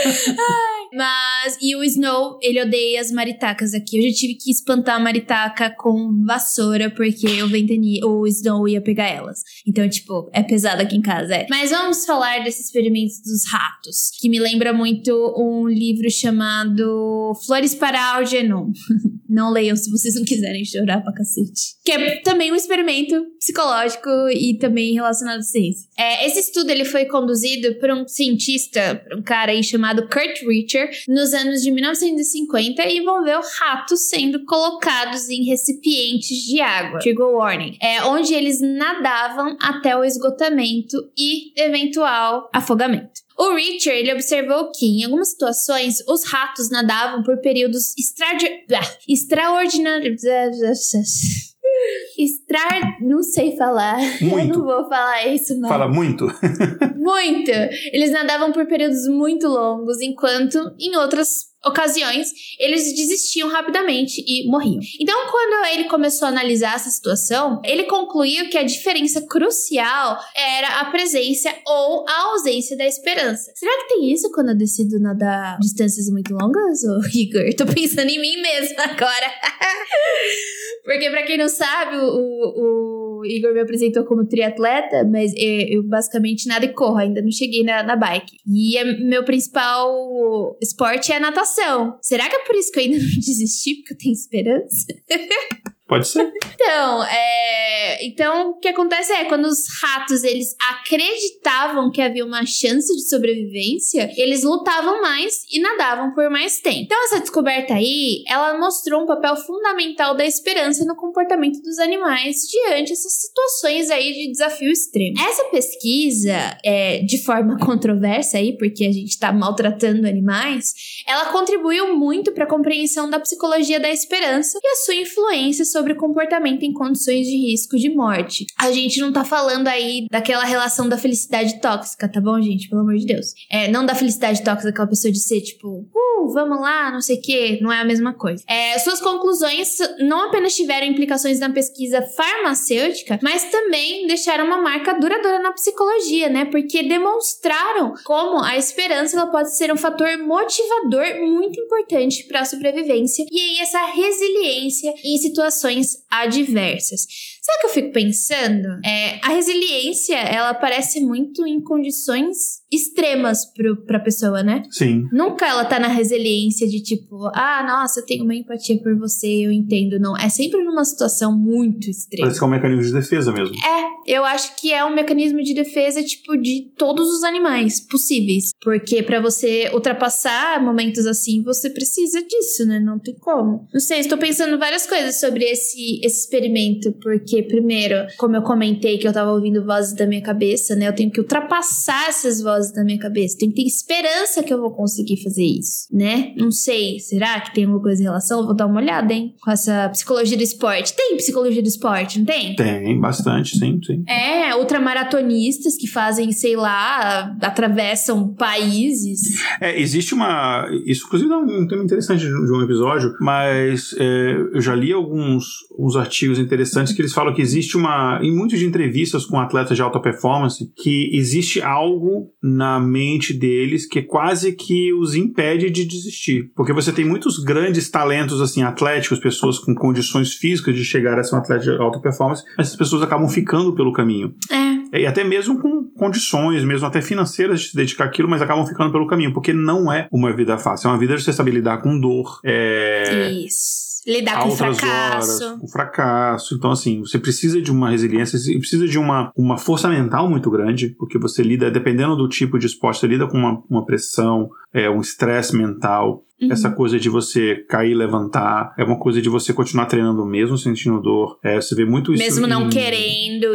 D: E o Snow, ele odeia as maritacas aqui. Eu já tive que espantar a maritaca com vassoura, porque o Snow ia pegar elas. Então, tipo, é pesado aqui em casa, Mas vamos falar desse experimento dos ratos, que me lembra muito um livro chamado Flores para Algernon. Não leiam se vocês não quiserem chorar pra cacete. Que é também um experimento psicológico e também relacionado à ciência. Esse estudo, ele foi conduzido por um cientista, por um cara aí chamado Kurt Richter, nos anos de 1950, e envolveu ratos sendo colocados em recipientes de água, trigger warning, onde eles nadavam até o esgotamento e eventual afogamento. O Richter, ele observou que, em algumas situações, os ratos nadavam por períodos extraordinários... Não sei falar.
B: Muito.
D: Eu não vou falar isso, não.
B: Fala muito.
D: Muito. Eles nadavam por períodos muito longos, enquanto, em outras ocasiões, eles desistiam rapidamente e morriam. Então, quando ele começou a analisar essa situação, ele concluiu que a diferença crucial era a presença ou a ausência da esperança. Será que tem isso quando eu decido nadar distâncias muito longas, Igor? Tô pensando em mim mesma agora. Porque, pra quem não sabe, o Igor me apresentou como triatleta, mas eu basicamente nado e corro, ainda não cheguei na bike. E meu principal esporte é a natação. Será que é por isso que eu ainda não desisti? Porque eu tenho esperança?
B: Pode ser.
D: Então, o que acontece quando os ratos, eles acreditavam que havia uma chance de sobrevivência, eles lutavam mais e nadavam por mais tempo. Então, essa descoberta aí, ela mostrou um papel fundamental da esperança no comportamento dos animais diante dessas situações aí de desafio extremo. Essa pesquisa, de forma controversa aí, porque a gente tá maltratando animais, ela contribuiu muito para a compreensão da psicologia da esperança e a sua influência sobre o comportamento em condições de risco de morte. A gente não tá falando aí daquela relação da felicidade tóxica, tá bom, gente? Pelo amor de Deus. Não da felicidade tóxica, aquela pessoa de ser tipo, vamos lá, não sei o quê. Não é a mesma coisa. Suas conclusões não apenas tiveram implicações na pesquisa farmacêutica, mas também deixaram uma marca duradoura na psicologia, né? Porque demonstraram como a esperança ela pode ser um fator motivador muito importante para a sobrevivência e aí essa resiliência em situações adversas. Sabe o que eu fico pensando? A resiliência, ela aparece muito em condições extremas pra pessoa, né?
B: Sim.
D: Nunca ela tá na resiliência de tipo, nossa, eu tenho uma empatia por você, eu entendo. Não, é sempre numa situação muito extrema.
B: Parece que é um mecanismo de defesa mesmo.
D: Eu acho que é um mecanismo de defesa, tipo, de todos os animais possíveis. Porque pra você ultrapassar momentos assim, você precisa disso, né? Não tem como. Não sei, estou pensando várias coisas sobre esse esse experimento, porque primeiro, como eu comentei que eu tava ouvindo vozes da minha cabeça, né, eu tenho que ultrapassar essas vozes da minha cabeça, tenho que ter esperança que eu vou conseguir fazer isso, né? Não sei, será que tem alguma coisa em relação? Vou dar uma olhada, hein, com essa psicologia do esporte. Tem psicologia do esporte, não tem?
B: Tem, bastante, sim.
D: Ultramaratonistas que fazem, sei lá, atravessam países.
B: Existe isso inclusive é um tema interessante de um episódio, mas eu já li uns artigos interessantes que eles falam que existe em muitas de entrevistas com atletas de alta performance, que existe algo na mente deles que quase que os impede de desistir. Porque você tem muitos grandes talentos, assim, atléticos, pessoas com condições físicas de chegar a ser um atleta de alta performance, mas essas pessoas acabam ficando pelo caminho. E até mesmo com condições, mesmo até financeiras, de se dedicar àquilo, mas acabam ficando pelo caminho, porque não é uma vida fácil. É uma vida de você saber lidar com dor.
D: Isso. Lidar com fracasso.
B: Horas, com fracasso. Então, assim, você precisa de uma resiliência, você precisa de uma força mental muito grande, porque você lida, dependendo do tipo de esporte, você lida com uma pressão, um estresse mental. Essa coisa de você cair e levantar, é uma coisa de você continuar treinando mesmo sentindo dor. Você vê muito isso.
D: Mesmo não querendo.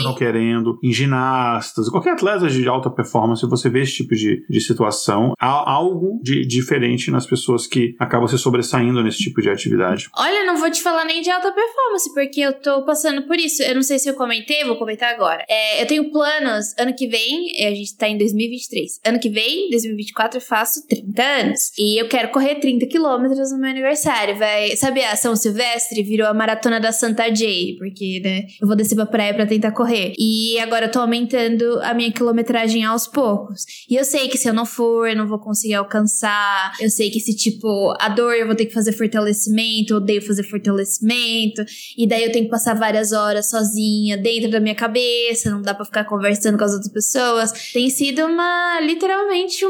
B: Em ginastas, qualquer atleta de alta performance, você vê esse tipo de situação. Há algo de diferente nas pessoas que acabam se sobressaindo nesse tipo de atividade.
D: Olha, não vou te falar nem de alta performance, porque eu tô passando por isso. Eu não sei se eu comentei, vou comentar agora. Eu tenho planos, ano que vem, a gente tá em 2023. Ano que vem, 2024, eu faço 30 anos. E eu quero correr 30 quilômetros no meu aniversário. Sabe a São Silvestre? Virou a maratona da Santa Jay, porque, né, eu vou descer pra praia pra tentar correr. E agora eu tô aumentando a minha quilometragem aos poucos. E eu sei que se eu não for, eu não vou conseguir alcançar. Eu sei que a dor eu vou ter que fazer fortalecimento, eu odeio fazer fortalecimento. E daí eu tenho que passar várias horas sozinha, dentro da minha cabeça, não dá pra ficar conversando com as outras pessoas. Tem sido literalmente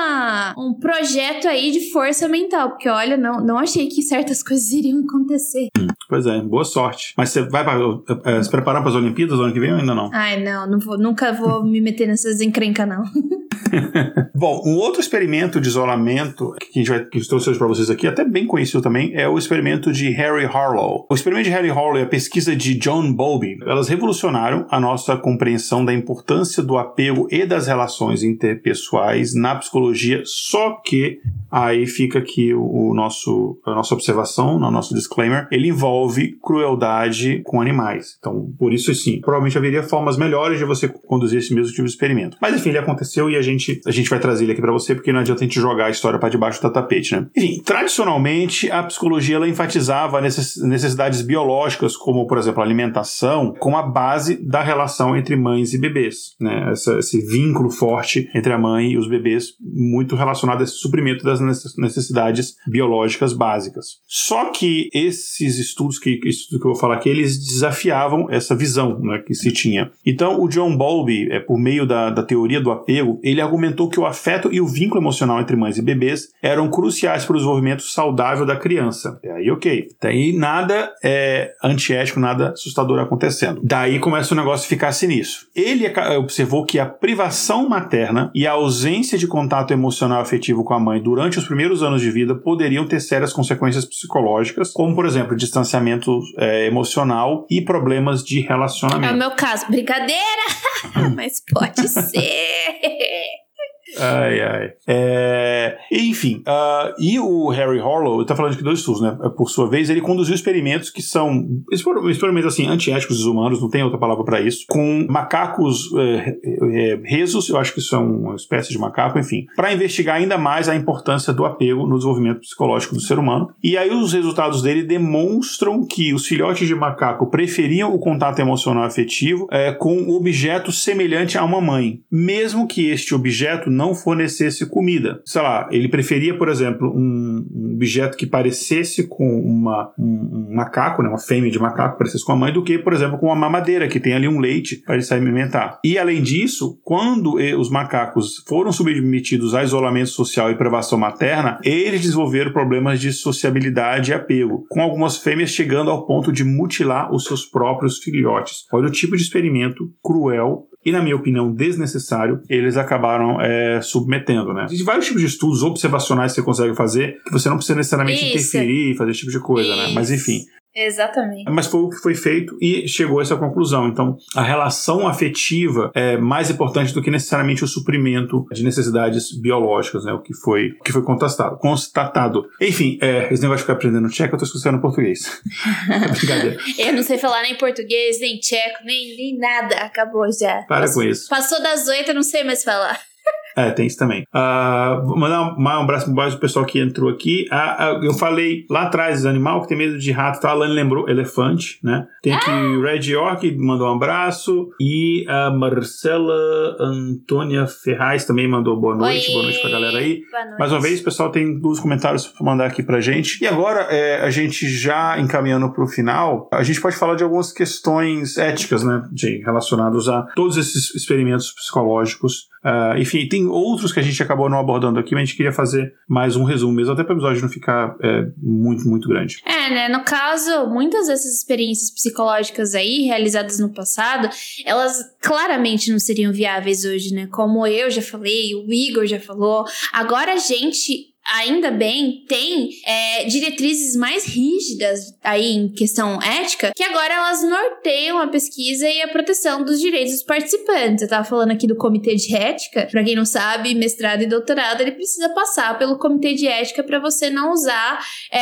D: um projeto aí de força mental, porque olha, não achei que certas coisas iriam acontecer.
B: Pois é, boa sorte. Mas você vai se preparar para as Olimpíadas no ano que vem ou ainda não?
D: Ai, nunca vou me meter nessas encrencas, não.
B: Bom, um outro experimento de isolamento que eu trouxe hoje para vocês aqui, até bem conhecido também, é o experimento de Harry Harlow. O experimento de Harry Harlow e a pesquisa de John Bowlby, elas revolucionaram a nossa compreensão da importância do apego e das relações interpessoais na psicologia, só que aí fica aqui a nossa observação, o nosso disclaimer, ele envolve crueldade com animais. Então, por isso, sim, provavelmente haveria formas melhores de você conduzir esse mesmo tipo de experimento. Mas, enfim, ele aconteceu e a gente vai trazer ele aqui pra você, porque não adianta a gente jogar a história pra debaixo do tapete, né? Enfim, tradicionalmente, a psicologia, ela enfatizava necessidades biológicas, como, por exemplo, a alimentação, como a base da relação entre mães e bebês, né? Esse vínculo forte entre a mãe e os bebês, muito relacionado a esse suprimento das necessidades biológicas básicas. Só que esses estudos que eu vou falar aqui, eles desafiavam essa visão, né, que se tinha. Então, o John Bowlby, por meio da teoria do apego, ele argumentou que o afeto e o vínculo emocional entre mães e bebês eram cruciais para o desenvolvimento saudável da criança. Até aí, ok. Até aí, nada antiético, nada assustador acontecendo. Daí começa o negócio a ficar sinistro. Ele observou que a privação materna e a ausência de contato emocional e afetivo com a mãe durante os primeiros anos de vida poderiam ter sérias consequências psicológicas, como, por exemplo, distanciamento emocional e problemas de relacionamento.
D: É o meu caso. Brincadeira! Mas pode ser!
B: Ai. Enfim, e o Harry Harlow, ele tá falando de 2 estudos, né? Por sua vez, ele conduziu experimentos que são experimentos assim, antiéticos e desumanos, não tem outra palavra para isso, com macacos rhesus, eu acho que isso é uma espécie de macaco, enfim, para investigar ainda mais a importância do apego no desenvolvimento psicológico do ser humano. E aí os resultados dele demonstram que os filhotes de macaco preferiam o contato emocional afetivo com um objeto semelhante a uma mãe, mesmo que este objeto não fornecesse comida. Sei lá, ele preferia, por exemplo, um objeto que parecesse com um macaco, né, uma fêmea de macaco, parecesse com a mãe, do que, por exemplo, com uma mamadeira, que tem ali um leite para ele se alimentar. E, além disso, quando os macacos foram submetidos a isolamento social e privação materna, eles desenvolveram problemas de sociabilidade e apego, com algumas fêmeas chegando ao ponto de mutilar os seus próprios filhotes. Olha o tipo de experimento cruel e, na minha opinião, desnecessário, eles acabaram submetendo, né? Existem vários tipos de estudos observacionais que você consegue fazer, que você não precisa necessariamente interferir e fazer esse tipo de coisa, né? Mas, enfim,
D: Exatamente.
B: Mas foi o que foi feito e chegou a essa conclusão. Então, a relação afetiva é mais importante do que necessariamente o suprimento de necessidades biológicas, né? O que foi constatado. Enfim, esse negócio de ficar aprendendo tcheco, eu tô escutando português. Brincadeira.
D: Eu não sei falar nem português, nem tcheco, nem nada. Acabou já.
B: Para com isso.
D: Passou das 8, eu não sei mais falar.
B: Tem isso também. Vou mandar um abraço mais pro pessoal que entrou aqui. Eu falei lá atrás animal que tem medo de rato, tá? A Lani lembrou elefante, né? Tem aqui Red York, mandou um abraço. E a Marcela Antônia Ferraz também mandou boa noite.
D: Oi.
B: Boa noite pra galera aí.
D: Boa noite.
B: Mais uma vez, o pessoal tem 2 comentários pra mandar aqui pra gente. E agora, a gente já encaminhando pro final, a gente pode falar de algumas questões éticas, né? Relacionadas a todos esses experimentos psicológicos. Enfim, tem outros que a gente acabou não abordando aqui, mas a gente queria fazer mais um resumo mesmo, até para o episódio não ficar muito, muito grande.
D: Né? No caso, muitas dessas experiências psicológicas aí, realizadas no passado, elas claramente não seriam viáveis hoje, né? Como eu já falei, o Igor já falou. Agora a gente, ainda bem, tem diretrizes mais rígidas aí em questão ética, que agora elas norteiam a pesquisa e a proteção dos direitos dos participantes. Eu tava falando aqui do comitê de ética. Pra quem não sabe, mestrado e doutorado, ele precisa passar pelo comitê de ética pra você não usar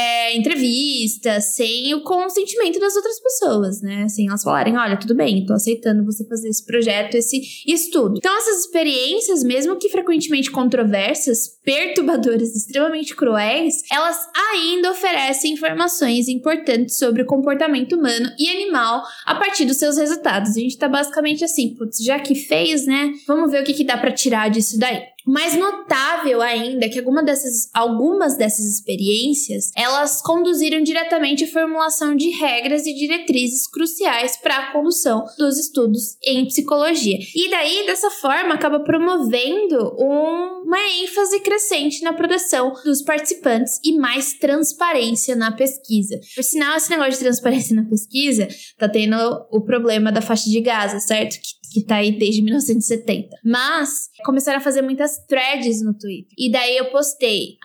D: entrevistas sem o consentimento das outras pessoas, né? Sem elas falarem, olha, tudo bem, tô aceitando você fazer esse projeto, esse estudo. Então, essas experiências, mesmo que frequentemente controversas, perturbadoras, extremamente cruéis, elas ainda oferecem informações importantes sobre o comportamento humano e animal a partir dos seus resultados. A gente tá basicamente assim, putz, já que fez, né? Vamos ver o que dá pra tirar disso daí. Mais notável ainda que algumas dessas experiências, elas conduziram diretamente à formulação de regras e diretrizes cruciais para a condução dos estudos em psicologia. E daí, dessa forma, acaba promovendo uma ênfase crescente na proteção dos participantes e mais transparência na pesquisa. Por sinal, esse negócio de transparência na pesquisa tá tendo o problema da faixa de Gaza, certo? Que tá aí desde 1970. Mas começaram a fazer muitas threads no Twitter. E daí eu postei.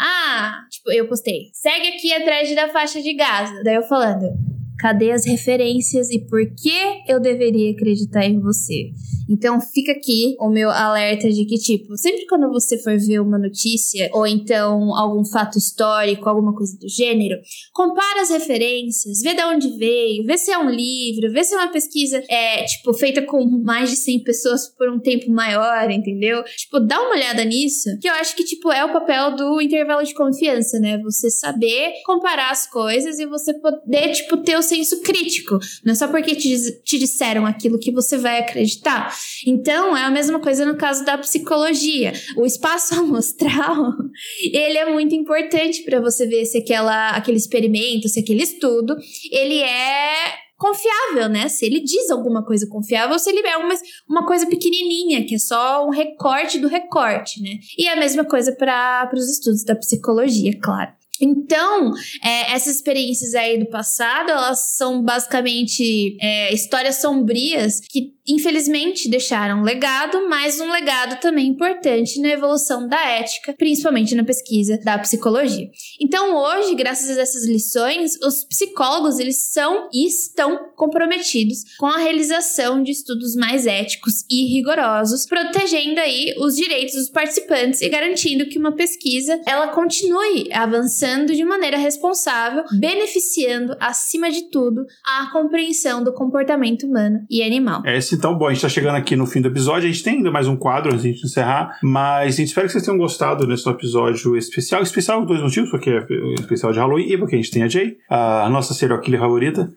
D: Segue aqui a thread da faixa de Gaza. Daí eu falando, cadê as referências e por que eu deveria acreditar em você? Então fica aqui o meu alerta de que, tipo, sempre quando você for ver uma notícia ou então algum fato histórico, alguma coisa do gênero, compara as referências, vê de onde veio, vê se é um livro, vê se é uma pesquisa feita com mais de 100 pessoas por um tempo maior, entendeu? Tipo, dá uma olhada nisso, que eu acho que, tipo, é o papel do intervalo de confiança, né? Você saber comparar as coisas e você poder, tipo, ter o senso crítico. Não é só porque te disseram aquilo que você vai acreditar. Então, é a mesma coisa no caso da psicologia. O espaço amostral, ele é muito importante para você ver se aquele experimento, se aquele estudo, ele é confiável, né? Se ele diz alguma coisa confiável, ou se ele é uma coisa pequenininha, que é só um recorte do recorte, né? E é a mesma coisa para os estudos da psicologia, claro. Então, essas experiências aí do passado, elas são basicamente histórias sombrias que, infelizmente, deixaram um legado, mas um legado também importante na evolução da ética, principalmente na pesquisa da psicologia. Então, hoje, graças a essas lições, os psicólogos, eles são e estão comprometidos com a realização de estudos mais éticos e rigorosos, protegendo aí os direitos dos participantes e garantindo que uma pesquisa, ela continue avançando de maneira responsável, beneficiando, acima de tudo, a compreensão do comportamento humano e animal.
B: Então, bom, a gente tá chegando aqui no fim do episódio, a gente tem ainda mais um quadro antes de a gente encerrar, mas a gente espera que vocês tenham gostado desse episódio especial por 2 motivos, porque é o especial de Halloween e porque a gente tem a Jay, a nossa serial killer favorita.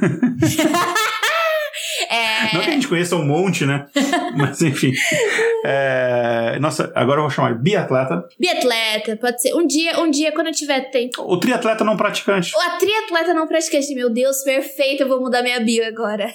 B: Não que a gente conheça um monte, né? Mas enfim. Nossa, agora eu vou chamar de biatleta.
D: Biatleta, pode ser. Um dia quando eu tiver tempo.
B: O triatleta não praticante.
D: A triatleta não praticante. Meu Deus, perfeito. Eu vou mudar minha bio agora.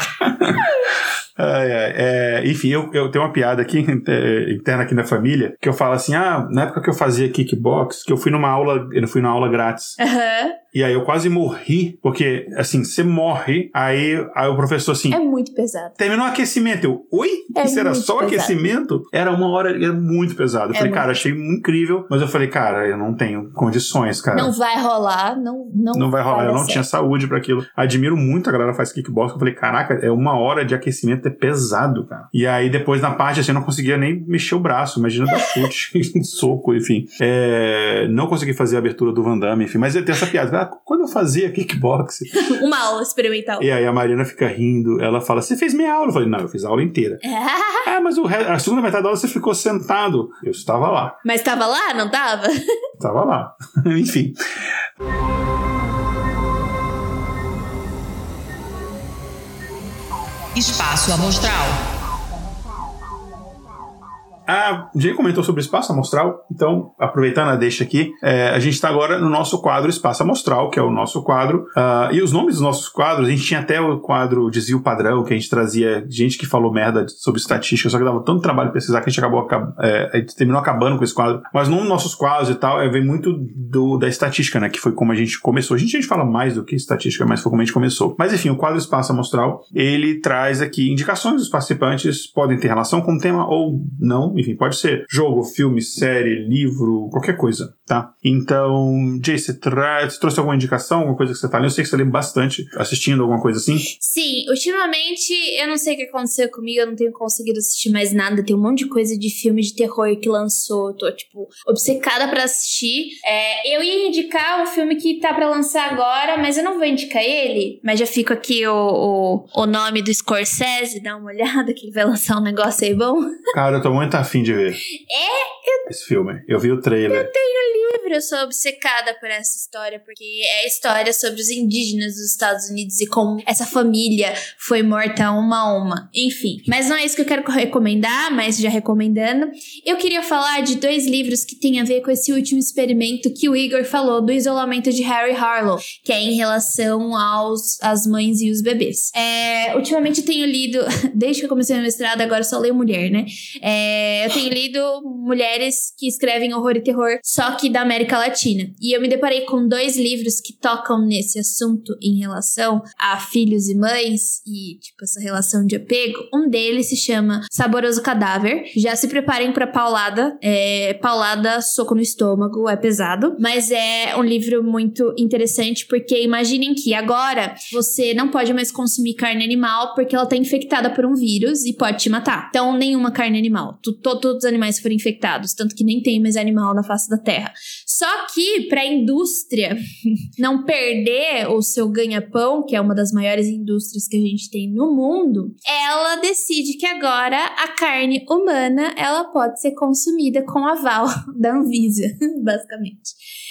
B: Enfim, eu tenho uma piada aqui interna aqui na família, que eu falo assim, na época que eu fazia kickbox, que eu fui numa aula grátis.
D: Aham.
B: E aí eu quase morri, porque, assim, você morre, aí o professor, assim...
D: É muito pesado.
B: Terminou o aquecimento. Eu, oi? Isso era só pesado. Aquecimento? Era 1 hora, era muito pesado. Eu falei, cara, achei incrível, mas eu falei, cara, eu não tenho condições, cara.
D: Não vai rolar, não
B: vai rolar, eu não tinha saúde pra aquilo. Admiro muito a galera que faz kickbox, eu falei, caraca, 1 hora de aquecimento é pesado, cara. E aí depois na parte, assim, eu não conseguia nem mexer o braço, imagina dar chute, soco, enfim. Não consegui fazer a abertura do Van Damme, enfim, mas tem essa piada. Quando eu fazia kickbox...
D: Uma aula experimental.
B: E aí a Mariana fica rindo, ela fala, você fez meia aula? Eu falei, não, eu fiz a aula inteira. Mas a segunda metade da aula você ficou sentado. Eu estava lá.
D: Mas estava lá? Não estava?
B: Estava lá. Enfim.
A: Espaço Amostral.
B: A Jay comentou sobre Espaço Amostral, então, aproveitando a deixa aqui, a gente está agora no nosso quadro Espaço Amostral, que é o nosso quadro, e os nomes dos nossos quadros, a gente tinha até o quadro Desvio Padrão, que a gente trazia gente que falou merda sobre estatística, só que dava tanto trabalho pesquisar que a gente a gente terminou acabando com esse quadro, mas num dos nossos quadros e tal, vem muito da estatística, né, que foi como a gente começou. A gente fala mais do que estatística, mas foi como a gente começou. Mas enfim, o quadro Espaço Amostral, ele traz aqui indicações dos participantes, podem ter relação com o tema ou não. Enfim, pode ser jogo, filme, série, livro, qualquer coisa, tá? Então, Jay, você trouxe alguma indicação, alguma coisa que você tá lendo? Eu sei que você lê bastante, assistindo alguma coisa assim.
D: Sim, ultimamente, eu não sei o que aconteceu comigo, eu não tenho conseguido assistir mais nada, tem um monte de coisa de filme de terror que lançou, eu tô, tipo, obcecada pra assistir. Eu ia indicar um filme que tá pra lançar agora, mas eu não vou indicar ele, mas já fico aqui o nome do Scorsese, dá uma olhada que ele vai lançar um negócio aí bom.
B: Cara, eu tô muito afim de ver esse filme. Eu vi o trailer.
D: Eu tenho livro, eu sou obcecada por essa história, porque é a história sobre os indígenas dos Estados Unidos e como essa família foi morta uma a uma. Enfim, mas não é isso que eu quero recomendar, mas já recomendando. Eu queria falar de 2 livros que tem a ver com esse último experimento que o Igor falou, do isolamento de Harry Harlow, que é em relação às mães e os bebês. Ultimamente eu tenho lido, desde que eu comecei meu mestrado, agora eu só leio mulher, né? Eu tenho lido mulheres que escrevem horror e terror, só que da América Latina. E eu me deparei com 2 livros que tocam nesse assunto em relação a filhos e mães e, tipo, essa relação de apego. Um deles se chama Saboroso Cadáver. Já se preparem pra paulada. Paulada, soco no estômago, é pesado. Mas é um livro muito interessante porque imaginem que agora você não pode mais consumir carne animal porque ela tá infectada por um vírus e pode te matar. Então, nenhuma carne animal. Todos os animais foram infectados, tanto que nem tem mais animal na face da Terra. Só que, para a indústria não perder o seu ganha-pão, que é uma das maiores indústrias que a gente tem no mundo, ela decide que agora a carne humana ela pode ser consumida com aval da Anvisa, basicamente.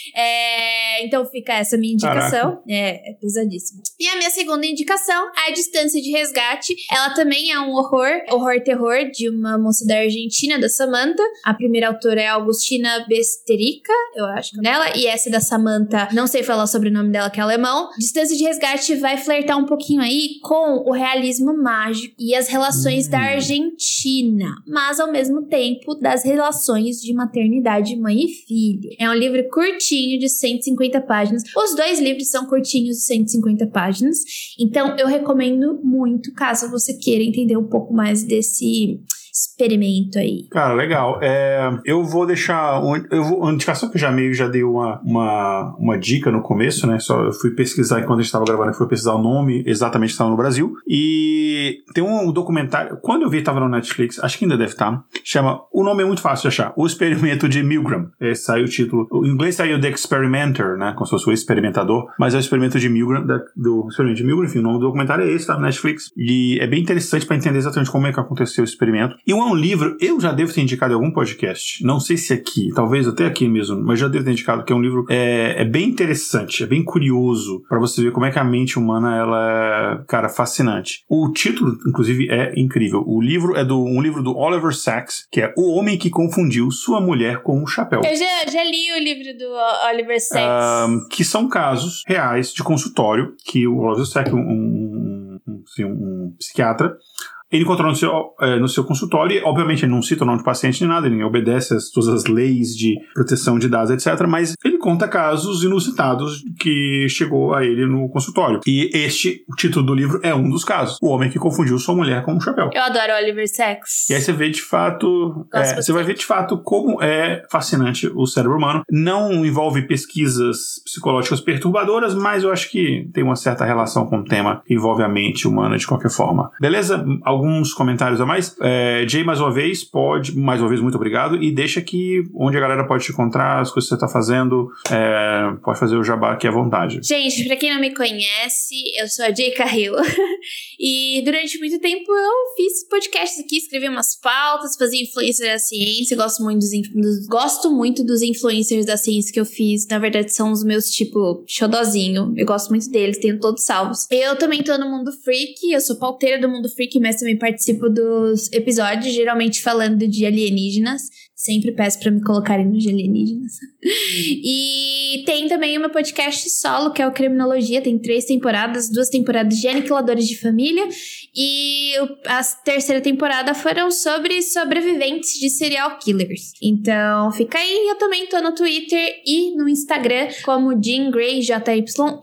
D: Então fica essa minha indicação. É pesadíssimo. E a minha segunda indicação é A Distância de Resgate. Ela também é um horror-terror de uma moça da Argentina, da Samantha. A primeira autora é Augustina Besterica, eu acho que é dela. E essa da Samantha, não sei falar sobre o nome dela, que é alemão. Distância de Resgate vai flertar um pouquinho aí com o realismo mágico e as relações da Argentina, mas ao mesmo tempo das relações de maternidade, mãe e filho. É um livro curtinho, de 150 páginas. Os 2 livros são curtinhos de 150 páginas. Então, eu recomendo muito, caso você queira entender um pouco mais desse experimento aí.
B: Cara, legal. Eu vou deixar uma indicação que eu já dei uma dica no começo, né? Só eu fui pesquisar enquanto a gente estava gravando, eu fui pesquisar o nome exatamente que estava no Brasil. E tem um documentário, quando eu vi estava no Netflix, acho que ainda deve estar, chama, o nome é muito fácil de achar, O Experimento de Milgram. Saiu o título, em inglês saiu The Experimenter, né? Como se fosse o experimentador, mas é o Experimento de Milgram, do Experimento de Milgram, enfim, o nome do documentário é esse, tá no Netflix. E é bem interessante para entender exatamente como é que aconteceu o experimento. E é um livro, eu já devo ter indicado em algum podcast, não sei se aqui, talvez até aqui mesmo, mas já devo ter indicado que é um livro bem interessante, é bem curioso pra você ver como é que a mente humana, ela é, cara, fascinante. O título, inclusive, é incrível. O livro é um livro do Oliver Sacks, que é O Homem que Confundiu Sua Mulher com um Chapéu.
D: Eu já li o livro do Oliver Sacks.
B: Que são casos reais de consultório que o Oliver Sacks, um psiquiatra, ele encontrou no seu consultório, e obviamente ele não cita o nome do paciente nem nada, ele obedece a todas as leis de proteção de dados, etc. Mas ele conta casos inusitados que chegou a ele no consultório. E o título do livro é um dos casos. O homem que confundiu sua mulher com um chapéu.
D: Eu adoro Oliver Sacks.
B: E aí você vê de fato... você vai ver de fato como é fascinante o cérebro humano. Não envolve pesquisas psicológicas perturbadoras, mas eu acho que tem uma certa relação com o tema que envolve a mente humana de qualquer forma. Beleza? Alguns comentários a mais. Jay, mais uma vez, muito obrigado. E deixa aqui onde a galera pode te encontrar, as coisas que você tá fazendo. Pode fazer o jabá aqui à vontade.
D: Gente, pra quem não me conhece, eu sou a Jay Carrillo. E durante muito tempo eu fiz podcasts aqui, escrevi umas pautas, fazia influencer da ciência. Gosto muito dos influencers da ciência que eu fiz. Na verdade, são os meus, xodozinho. Eu gosto muito deles, tenho todos salvos. Eu também tô no Mundo Freak, eu sou pauteira do Mundo Freak, mas também participo dos episódios, geralmente falando de alienígenas. Sempre peço pra me colocarem nos de alienígenas. E tem também o meu podcast solo, que é o Criminologia. Tem 3 temporadas, 2 temporadas de Aniquiladores de Família. E a terceira temporada foram sobre sobreviventes de serial killers. Então fica aí, eu também tô no Twitter e no Instagram como Jean Grey, JYNGREY.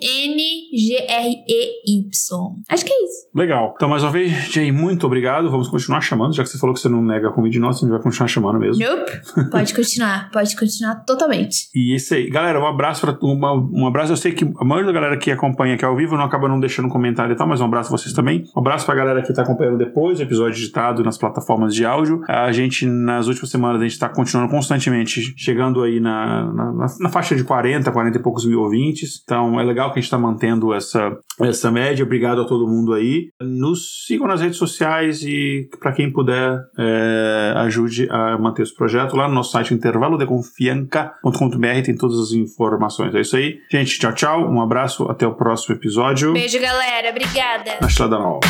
D: Acho que é isso.
B: Legal. Então, mais uma vez, Jay, muito obrigado. Vamos continuar chamando, já que você falou que você não nega a comida nossa, a gente vai continuar chamando mesmo.
D: Nope. Pode continuar totalmente.
B: E isso aí. Galera, um abraço. Eu sei que a maioria da galera que acompanha aqui ao vivo não acaba não deixando comentário e tal, mas um abraço a vocês também. Um abraço pra galera que tá acompanhando depois o episódio editado nas plataformas de áudio. A gente, nas últimas semanas, a gente tá continuando constantemente chegando aí na faixa de 40 e poucos mil ouvintes. Então é legal que a gente tá mantendo essa média. Obrigado a todo mundo aí. Nos sigam nas redes sociais e pra quem puder, ajude a manter esse projeto lá no nosso site intervalodeconfianca.com.br, tem todas as informações. É isso aí. Gente, tchau. Um abraço, até o próximo episódio.
D: Beijo, galera. Obrigada.
B: Hasta la nova.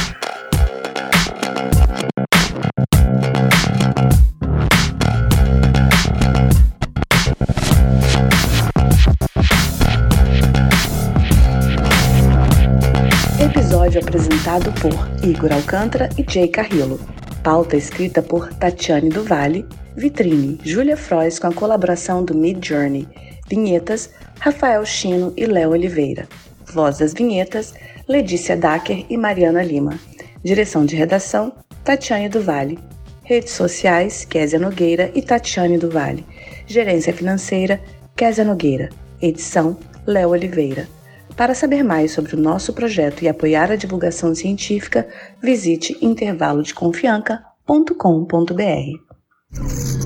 C: Episódio apresentado por Igor Alcântara e Jay Carrillo. Pauta escrita por Tatiane do Vale. Vitrine, Júlia Frois com a colaboração do Midjourney. Vinhetas, Rafael Chino e Léo Oliveira. Voz das vinhetas, Letícia Dacker e Mariana Lima. Direção de redação, Tatiane do Vale. Redes sociais, Kézia Nogueira e Tatiane do Vale. Gerência financeira, Kézia Nogueira. Edição, Léo Oliveira. Para saber mais sobre o nosso projeto e apoiar a divulgação científica, visite intervalodeconfianca.com.br.